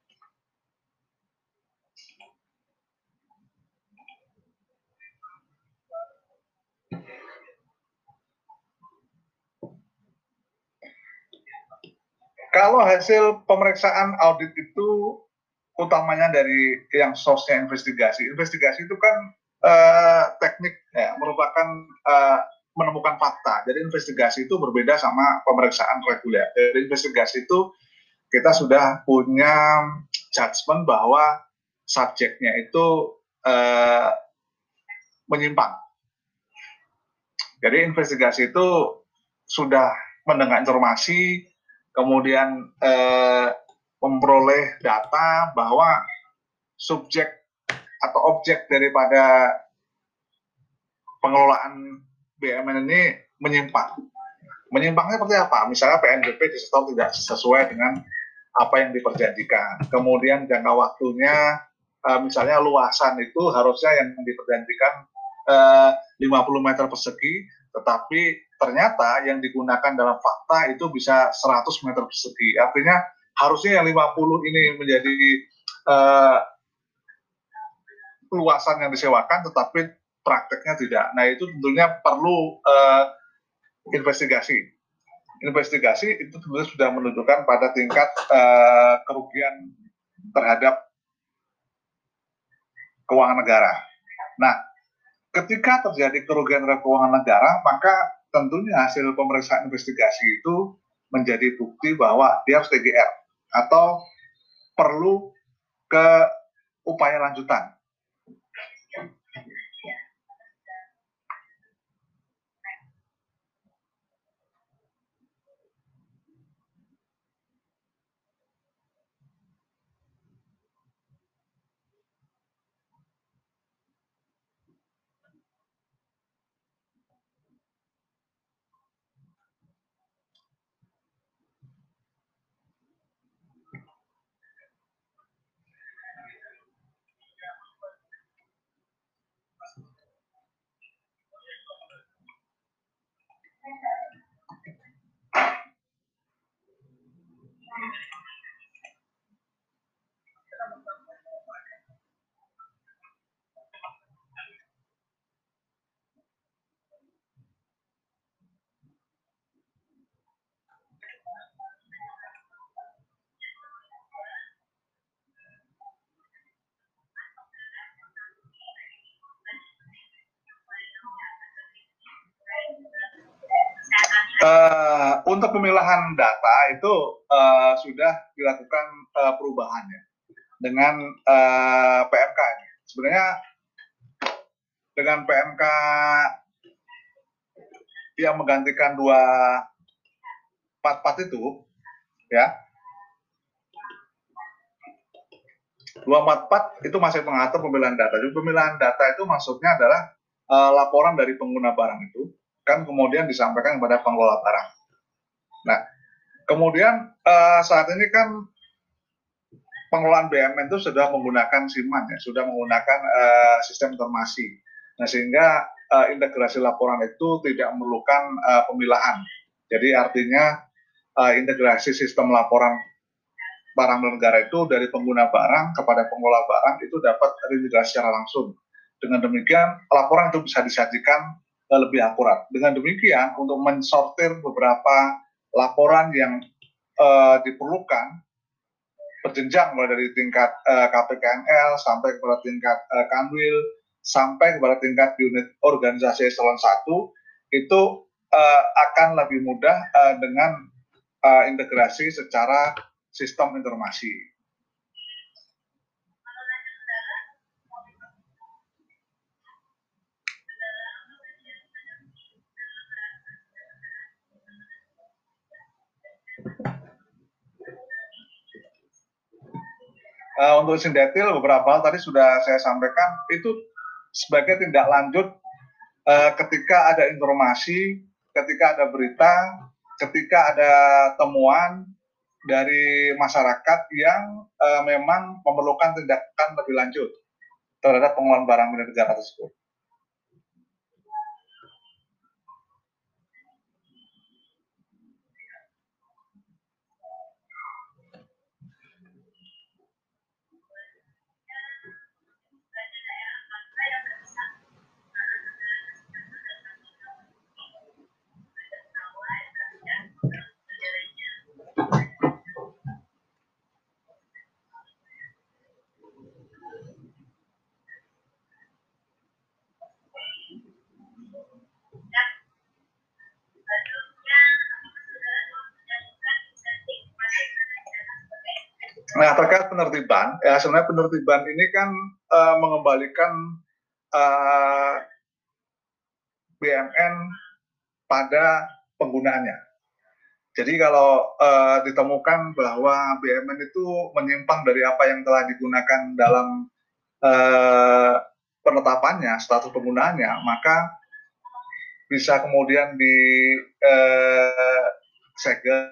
Kalau hasil pemeriksaan audit itu utamanya dari yang source-nya investigasi. Investigasi itu kan teknik ya, merupakan menemukan fakta. Jadi investigasi itu berbeda sama pemeriksaan reguler. Jadi investigasi itu kita sudah punya judgement bahwa subjeknya itu menyimpang. Jadi investigasi itu sudah mendengar informasi, kemudian memperoleh data bahwa subjek atau objek daripada pengelolaan BUMN ini menyimpang. Menyimpangnya seperti apa? Misalnya PNBP disetor tidak sesuai dengan apa yang diperjanjikan. Kemudian jangka waktunya, misalnya luasan itu harusnya yang diperjanjikan 50 meter persegi, tetapi ternyata yang digunakan dalam fakta itu bisa 100 meter persegi. Artinya harusnya yang 50 ini menjadi luasan yang disewakan, tetapi prakteknya tidak. Nah, itu tentunya perlu investigasi. Investigasi itu sebenarnya sudah menunjukkan pada tingkat kerugian terhadap keuangan negara. Nah, ketika terjadi kerugian terhadap keuangan negara, maka tentunya hasil pemeriksaan investigasi itu menjadi bukti bahwa dia harus TGR atau perlu ke upaya lanjutan. Untuk pemilahan data itu sudah dilakukan perubahannya dengan PMK. Sebenarnya dengan PMK yang menggantikan 244 itu, ya, 244 itu masih mengatur pemilahan data. Jadi pemilahan data itu maksudnya adalah laporan dari pengguna barang itu kan kemudian disampaikan kepada pengelola barang. Nah, kemudian saat ini kan pengelolaan BUMN itu sudah menggunakan SIMAN, ya, sudah menggunakan sistem informasi. Nah, sehingga integrasi laporan itu tidak memerlukan pemilahan. Jadi artinya integrasi sistem laporan barang negara itu dari pengguna barang kepada pengelola barang itu dapat terintegrasi secara langsung. Dengan demikian, laporan itu bisa disajikan lebih akurat. Dengan demikian, untuk mensortir beberapa laporan yang diperlukan berjenjang mulai dari tingkat KPKNL sampai kepada tingkat Kanwil sampai kepada tingkat unit organisasi eselon 1 itu akan lebih mudah dengan integrasi secara sistem informasi. Untuk izin detail beberapa hal tadi sudah saya sampaikan itu sebagai tindak lanjut ketika ada informasi, ketika ada berita, ketika ada temuan dari masyarakat yang memang memerlukan tindakan lebih lanjut terhadap pengelolaan barang milik negara tersebut. Nah, terkait penertiban, ya sebenarnya penertiban ini kan mengembalikan BUMN pada penggunaannya. Jadi kalau ditemukan bahwa BUMN itu menyimpang dari apa yang telah digunakan dalam penetapannya, status penggunaannya, maka bisa kemudian segel.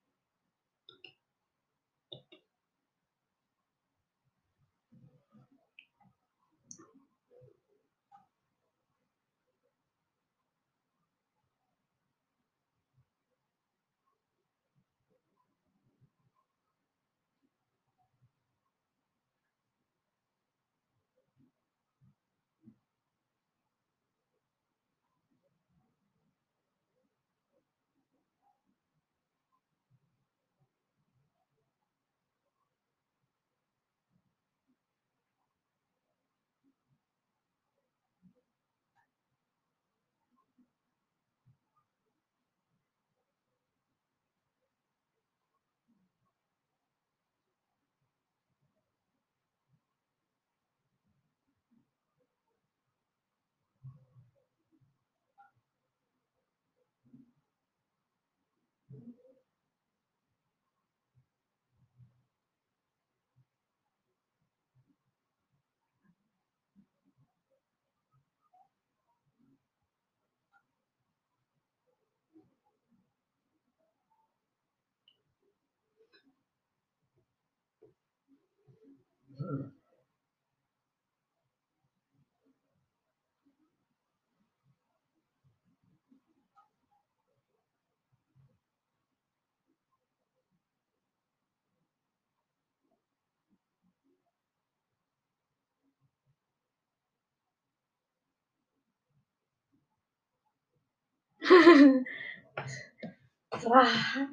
Serah.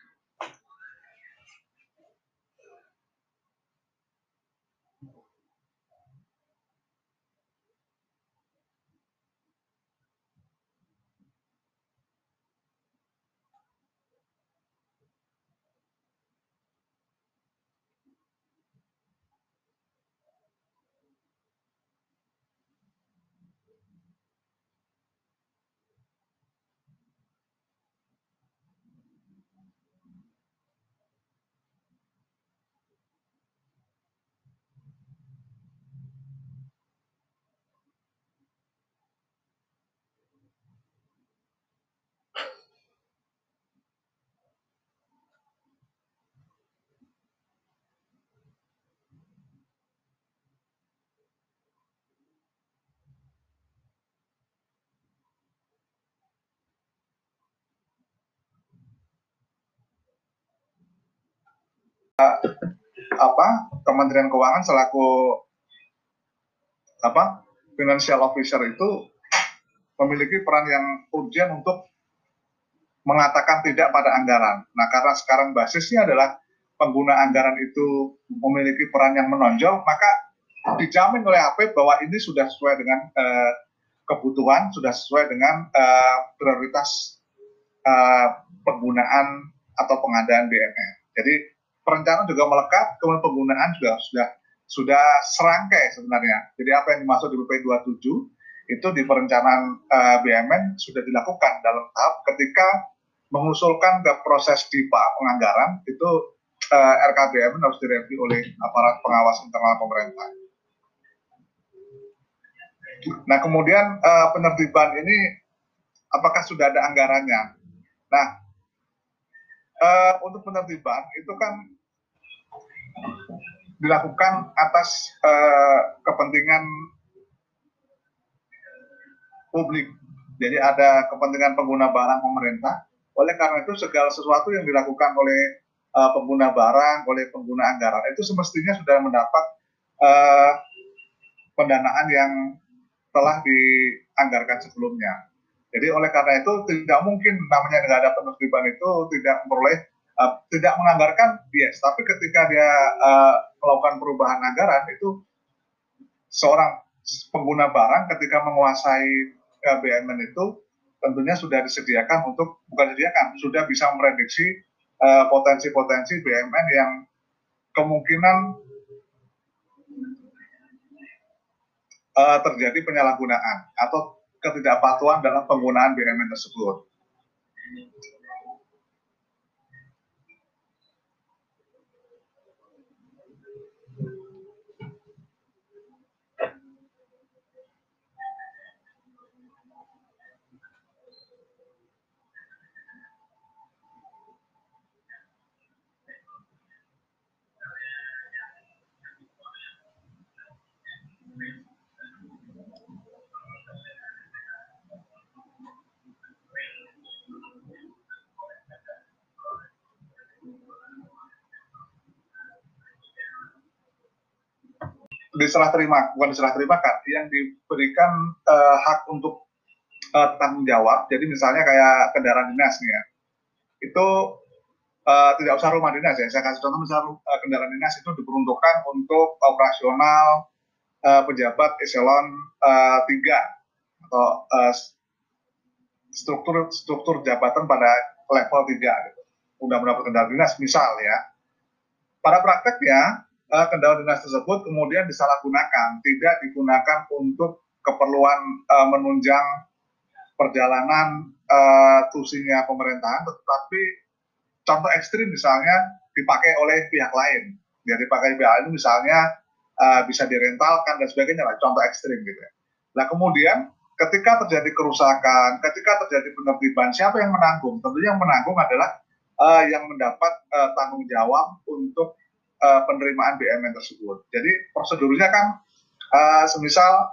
Kementerian Keuangan selaku financial officer itu memiliki peran yang urgent untuk mengatakan tidak pada anggaran. Nah, karena sekarang basisnya adalah pengguna anggaran itu memiliki peran yang menonjol, maka dijamin oleh AP bahwa ini sudah sesuai dengan kebutuhan, sudah sesuai dengan prioritas penggunaan atau pengadaan BUMN. Jadi perencanaan juga melekat, kemudian penggunaan juga sudah serangkai sebenarnya. Jadi apa yang dimaksud di BP 27 itu di perencanaan BUMN sudah dilakukan dalam tahap ketika mengusulkan ke proses DIPA penganggaran itu RKBUMN harus direview oleh aparat pengawas internal pemerintah. Nah, kemudian penertiban ini apakah sudah ada anggarannya? Nah, untuk penertiban itu kan dilakukan atas kepentingan publik. Jadi ada kepentingan pengguna barang pemerintah. Oleh karena itu segala sesuatu yang dilakukan oleh pengguna barang, oleh pengguna anggaran itu semestinya sudah mendapat pendanaan yang telah dianggarkan sebelumnya. Jadi oleh karena itu tidak mungkin namanya nggak ada penertiban itu tidak memperoleh tidak menganggarkan yes, tapi ketika dia melakukan perubahan anggaran itu seorang pengguna barang ketika menguasai BUMN itu tentunya sudah disediakan untuk bukan disediakan sudah bisa memprediksi potensi-potensi BUMN yang kemungkinan terjadi penyalahgunaan atau ketidakpatuhan dalam penggunaan BUMN tersebut. Diserah terima, bukan diserah terima kan, yang diberikan hak untuk tanggung jawab. Jadi misalnya kayak kendaraan dinas nih ya, itu tidak usah rumah dinas ya. Saya kasih contoh misalnya kendaraan dinas itu diperuntukkan untuk operasional pejabat eselon 3 atau struktur jabatan pada level 3 gitu. Undang-undang kendaraan dinas misal ya. Pada prakteknya kendaraan dinas tersebut kemudian disalahgunakan, tidak digunakan untuk keperluan menunjang perjalanan tusinya pemerintahan, tetapi contoh ekstrim misalnya dipakai oleh pihak lain. Jadi dipakai pihak lain misalnya bisa direntalkan dan sebagainya lah, contoh ekstrim gitu ya. Nah kemudian ketika terjadi kerusakan, ketika terjadi penertiban, siapa yang menanggung? Tentunya yang menanggung adalah yang mendapat tanggung jawab untuk penerimaan BUMN tersebut. Jadi prosedurnya kan semisal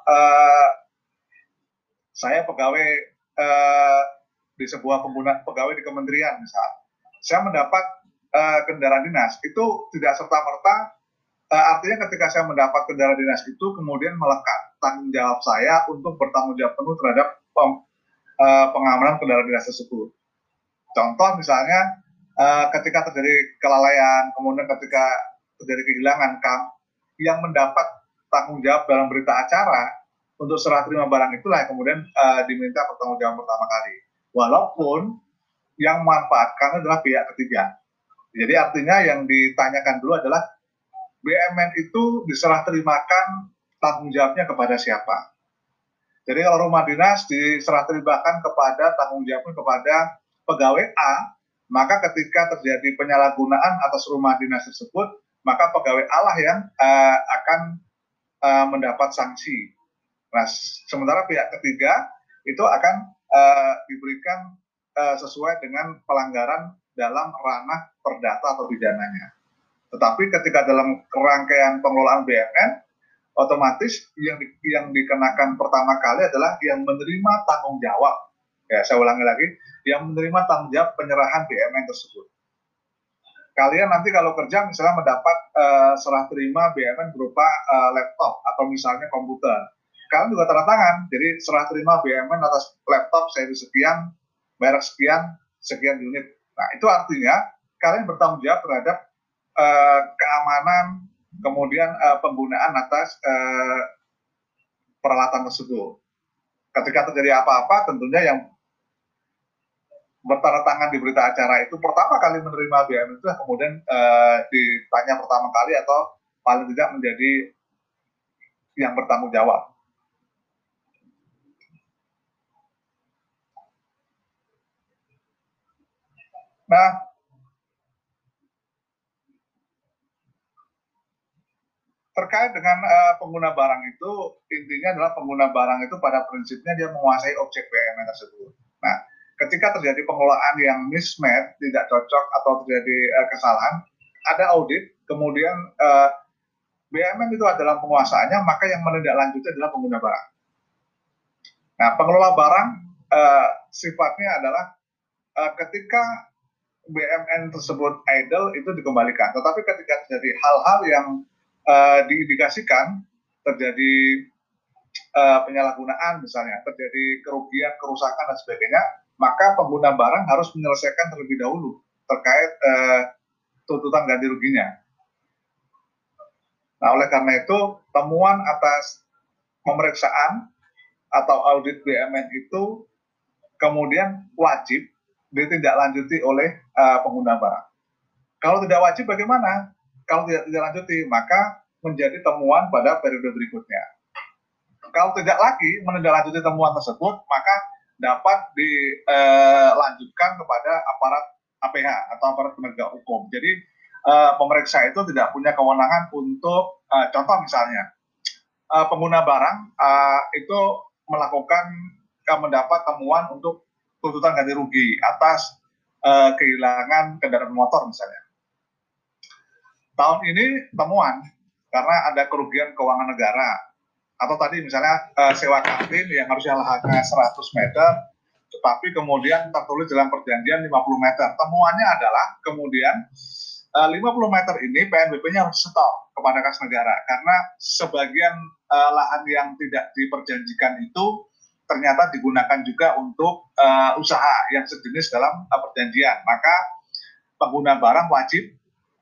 saya pegawai di sebuah pegawai di kementerian misal, saya mendapat kendaraan dinas, itu tidak serta-merta artinya ketika saya mendapat kendaraan dinas itu kemudian melekat tanggung jawab saya untuk bertanggung jawab penuh terhadap pengamanan kendaraan dinas tersebut. Contoh misalnya ketika terjadi kelalaian, kemudian ketika terjadi kehilangan, yang mendapat tanggung jawab dalam berita acara untuk serah terima barang itulah yang kemudian diminta pertanggung jawab pertama kali. Walaupun yang memanfaatkan adalah pihak ketiga. Jadi artinya yang ditanyakan dulu adalah BUMN itu diserah terimakan tanggung jawabnya kepada siapa. Jadi kalau rumah dinas diserah terimakan kepada tanggung jawabnya kepada pegawai A, maka ketika terjadi penyalahgunaan atas rumah dinas tersebut, maka pegawai A lah yang akan mendapat sanksi. Nah, sementara pihak ketiga itu akan diberikan sesuai dengan pelanggaran dalam ranah perdata atau pidananya. Tetapi ketika dalam rangkaian pengelolaan BUMN, otomatis yang dikenakan pertama kali adalah yang menerima tanggung jawab. Ya, saya ulangi lagi, yang menerima tanggung jawab penyerahan BUMN tersebut. Kalian nanti kalau kerja misalnya mendapat serah terima BUMN berupa laptop atau misalnya komputer, kalian juga tanda tangan. Jadi serah terima BUMN atas laptop seri sekian, merek sekian, sekian unit. Nah itu artinya kalian bertanggung jawab terhadap keamanan, kemudian penggunaan atas peralatan tersebut. Ketika terjadi apa-apa, tentunya yang bertanda tangan di berita acara itu pertama kali menerima BUMN itu kemudian ditanya pertama kali atau paling tidak menjadi yang bertanggung jawab. Nah, terkait dengan pengguna barang itu, intinya adalah pengguna barang itu pada prinsipnya dia menguasai objek BUMN tersebut. Nah, ketika terjadi pengelolaan yang mismatch, tidak cocok atau terjadi kesalahan, ada audit, kemudian BUMN itu adalah penguasaannya, maka yang menindaklanjuti adalah pengguna barang. Nah, pengelola barang sifatnya adalah ketika BUMN tersebut idle itu dikembalikan. Tetapi ketika terjadi hal-hal yang diindikasikan terjadi penyalahgunaan misalnya, terjadi kerugian, kerusakan dan sebagainya, maka pengguna barang harus menyelesaikan terlebih dahulu terkait tuntutan ganti ruginya. Nah, oleh karena itu temuan atas pemeriksaan atau audit BUMN itu kemudian wajib ditindaklanjuti oleh pengguna barang. Kalau tidak wajib bagaimana? Kalau tidak ditindaklanjuti, maka menjadi temuan pada periode berikutnya. Kalau tidak lagi menindaklanjuti temuan tersebut, maka dapat dilanjutkan kepada aparat APH atau aparat penegak hukum. Jadi pemeriksa itu tidak punya kewenangan untuk, contoh misalnya, pengguna barang itu melakukan mendapat temuan untuk tuntutan ganti rugi atas kehilangan kendaraan motor misalnya. Tahun ini temuan karena ada kerugian keuangan negara Atau tadi misalnya sewa kantin yang harusnya lahannya 100 meter, tetapi kemudian tertulis dalam perjanjian 50 meter. Temuannya adalah kemudian 50 meter ini PNBP-nya harus setor kepada kas negara karena sebagian lahan yang tidak diperjanjikan itu ternyata digunakan juga untuk usaha yang sejenis dalam perjanjian. Maka pengguna barang wajib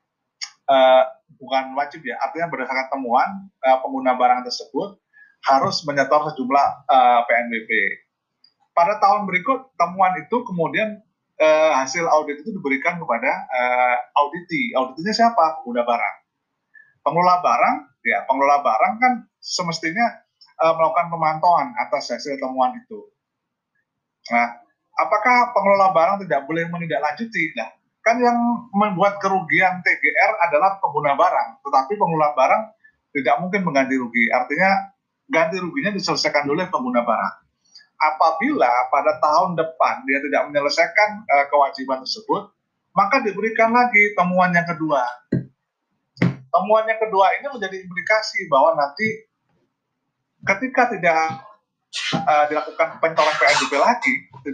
bukan wajib ya, artinya berdasarkan temuan pengguna barang tersebut harus menyetor sejumlah PNBP. Pada tahun berikut temuan itu kemudian hasil audit itu diberikan kepada auditi. Auditinya siapa? Pengguna barang. Pengelola barang kan semestinya melakukan pemantauan atas hasil temuan itu. Nah, apakah pengelola barang tidak boleh menindaklanjuti? Nah, kan yang membuat kerugian TGR adalah pengguna barang, tetapi pengelola barang tidak mungkin mengganti rugi. Artinya ganti ruginya diselesaikan oleh pengguna barang. Apabila pada tahun depan dia tidak menyelesaikan kewajiban tersebut, maka diberikan lagi temuan yang kedua. Temuan yang kedua ini menjadi implikasi bahwa nanti ketika tidak dilakukan pentoran PNBP lagi,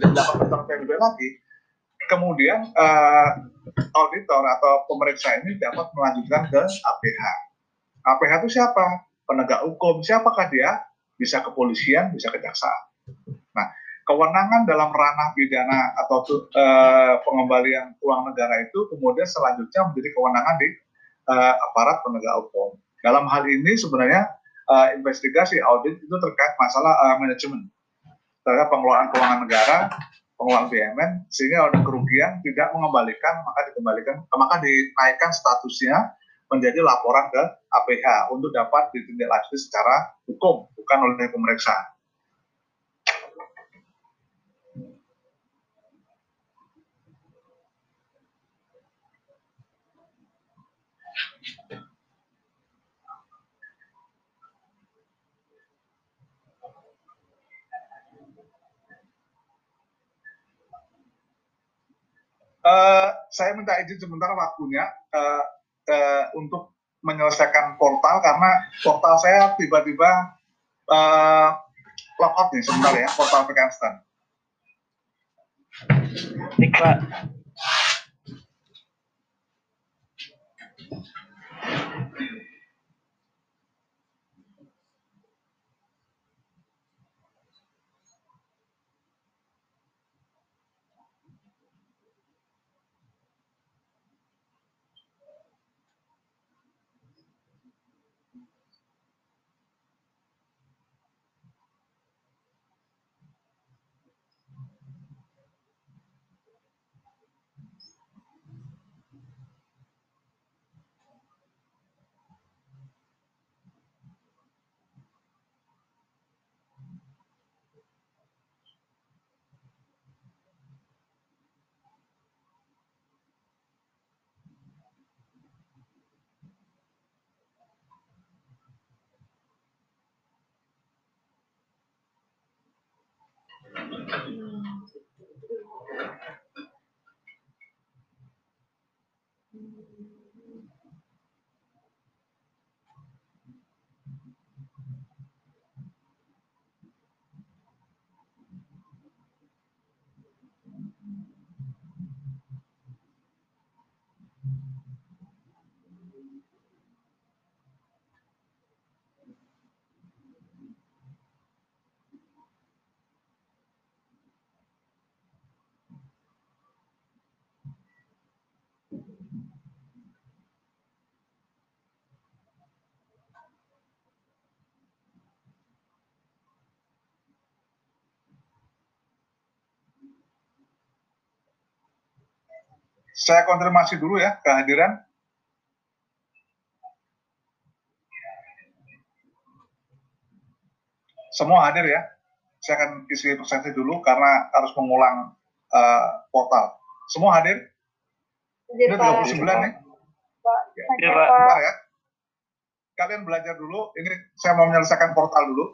kemudian auditor atau pemeriksa ini dapat melanjutkan ke APH. APH itu siapa? Penegak hukum. Siapakah dia? Bisa kepolisian, bisa kejaksaan. Nah, kewenangan dalam ranah pidana atau pengembalian uang negara itu kemudian selanjutnya menjadi kewenangan di aparat penegak hukum. Dalam hal ini sebenarnya investigasi audit itu terkait masalah manajemen terhadap pengelolaan keuangan negara, pengelolaan BUMN, sehingga ada kerugian tidak mengembalikan, maka dinaikkan statusnya menjadi laporan ke APH untuk dapat ditindaklanjuti secara hukum, bukan oleh pemeriksaan. Saya minta izin sebentar waktunya untuk menyelesaikan portal karena portal saya tiba-tiba logout nih sebentar ya, portal Vkanstan. Baik, Pak. Saya konfirmasi dulu ya kehadiran. Semua hadir ya. Saya akan isi presentasi dulu karena harus mengulang portal. Semua hadir? Ini 39 nih. Iya, Pak. Bentar ya. Kalian belajar dulu. Ini saya mau menyelesaikan portal dulu.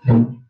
Pak.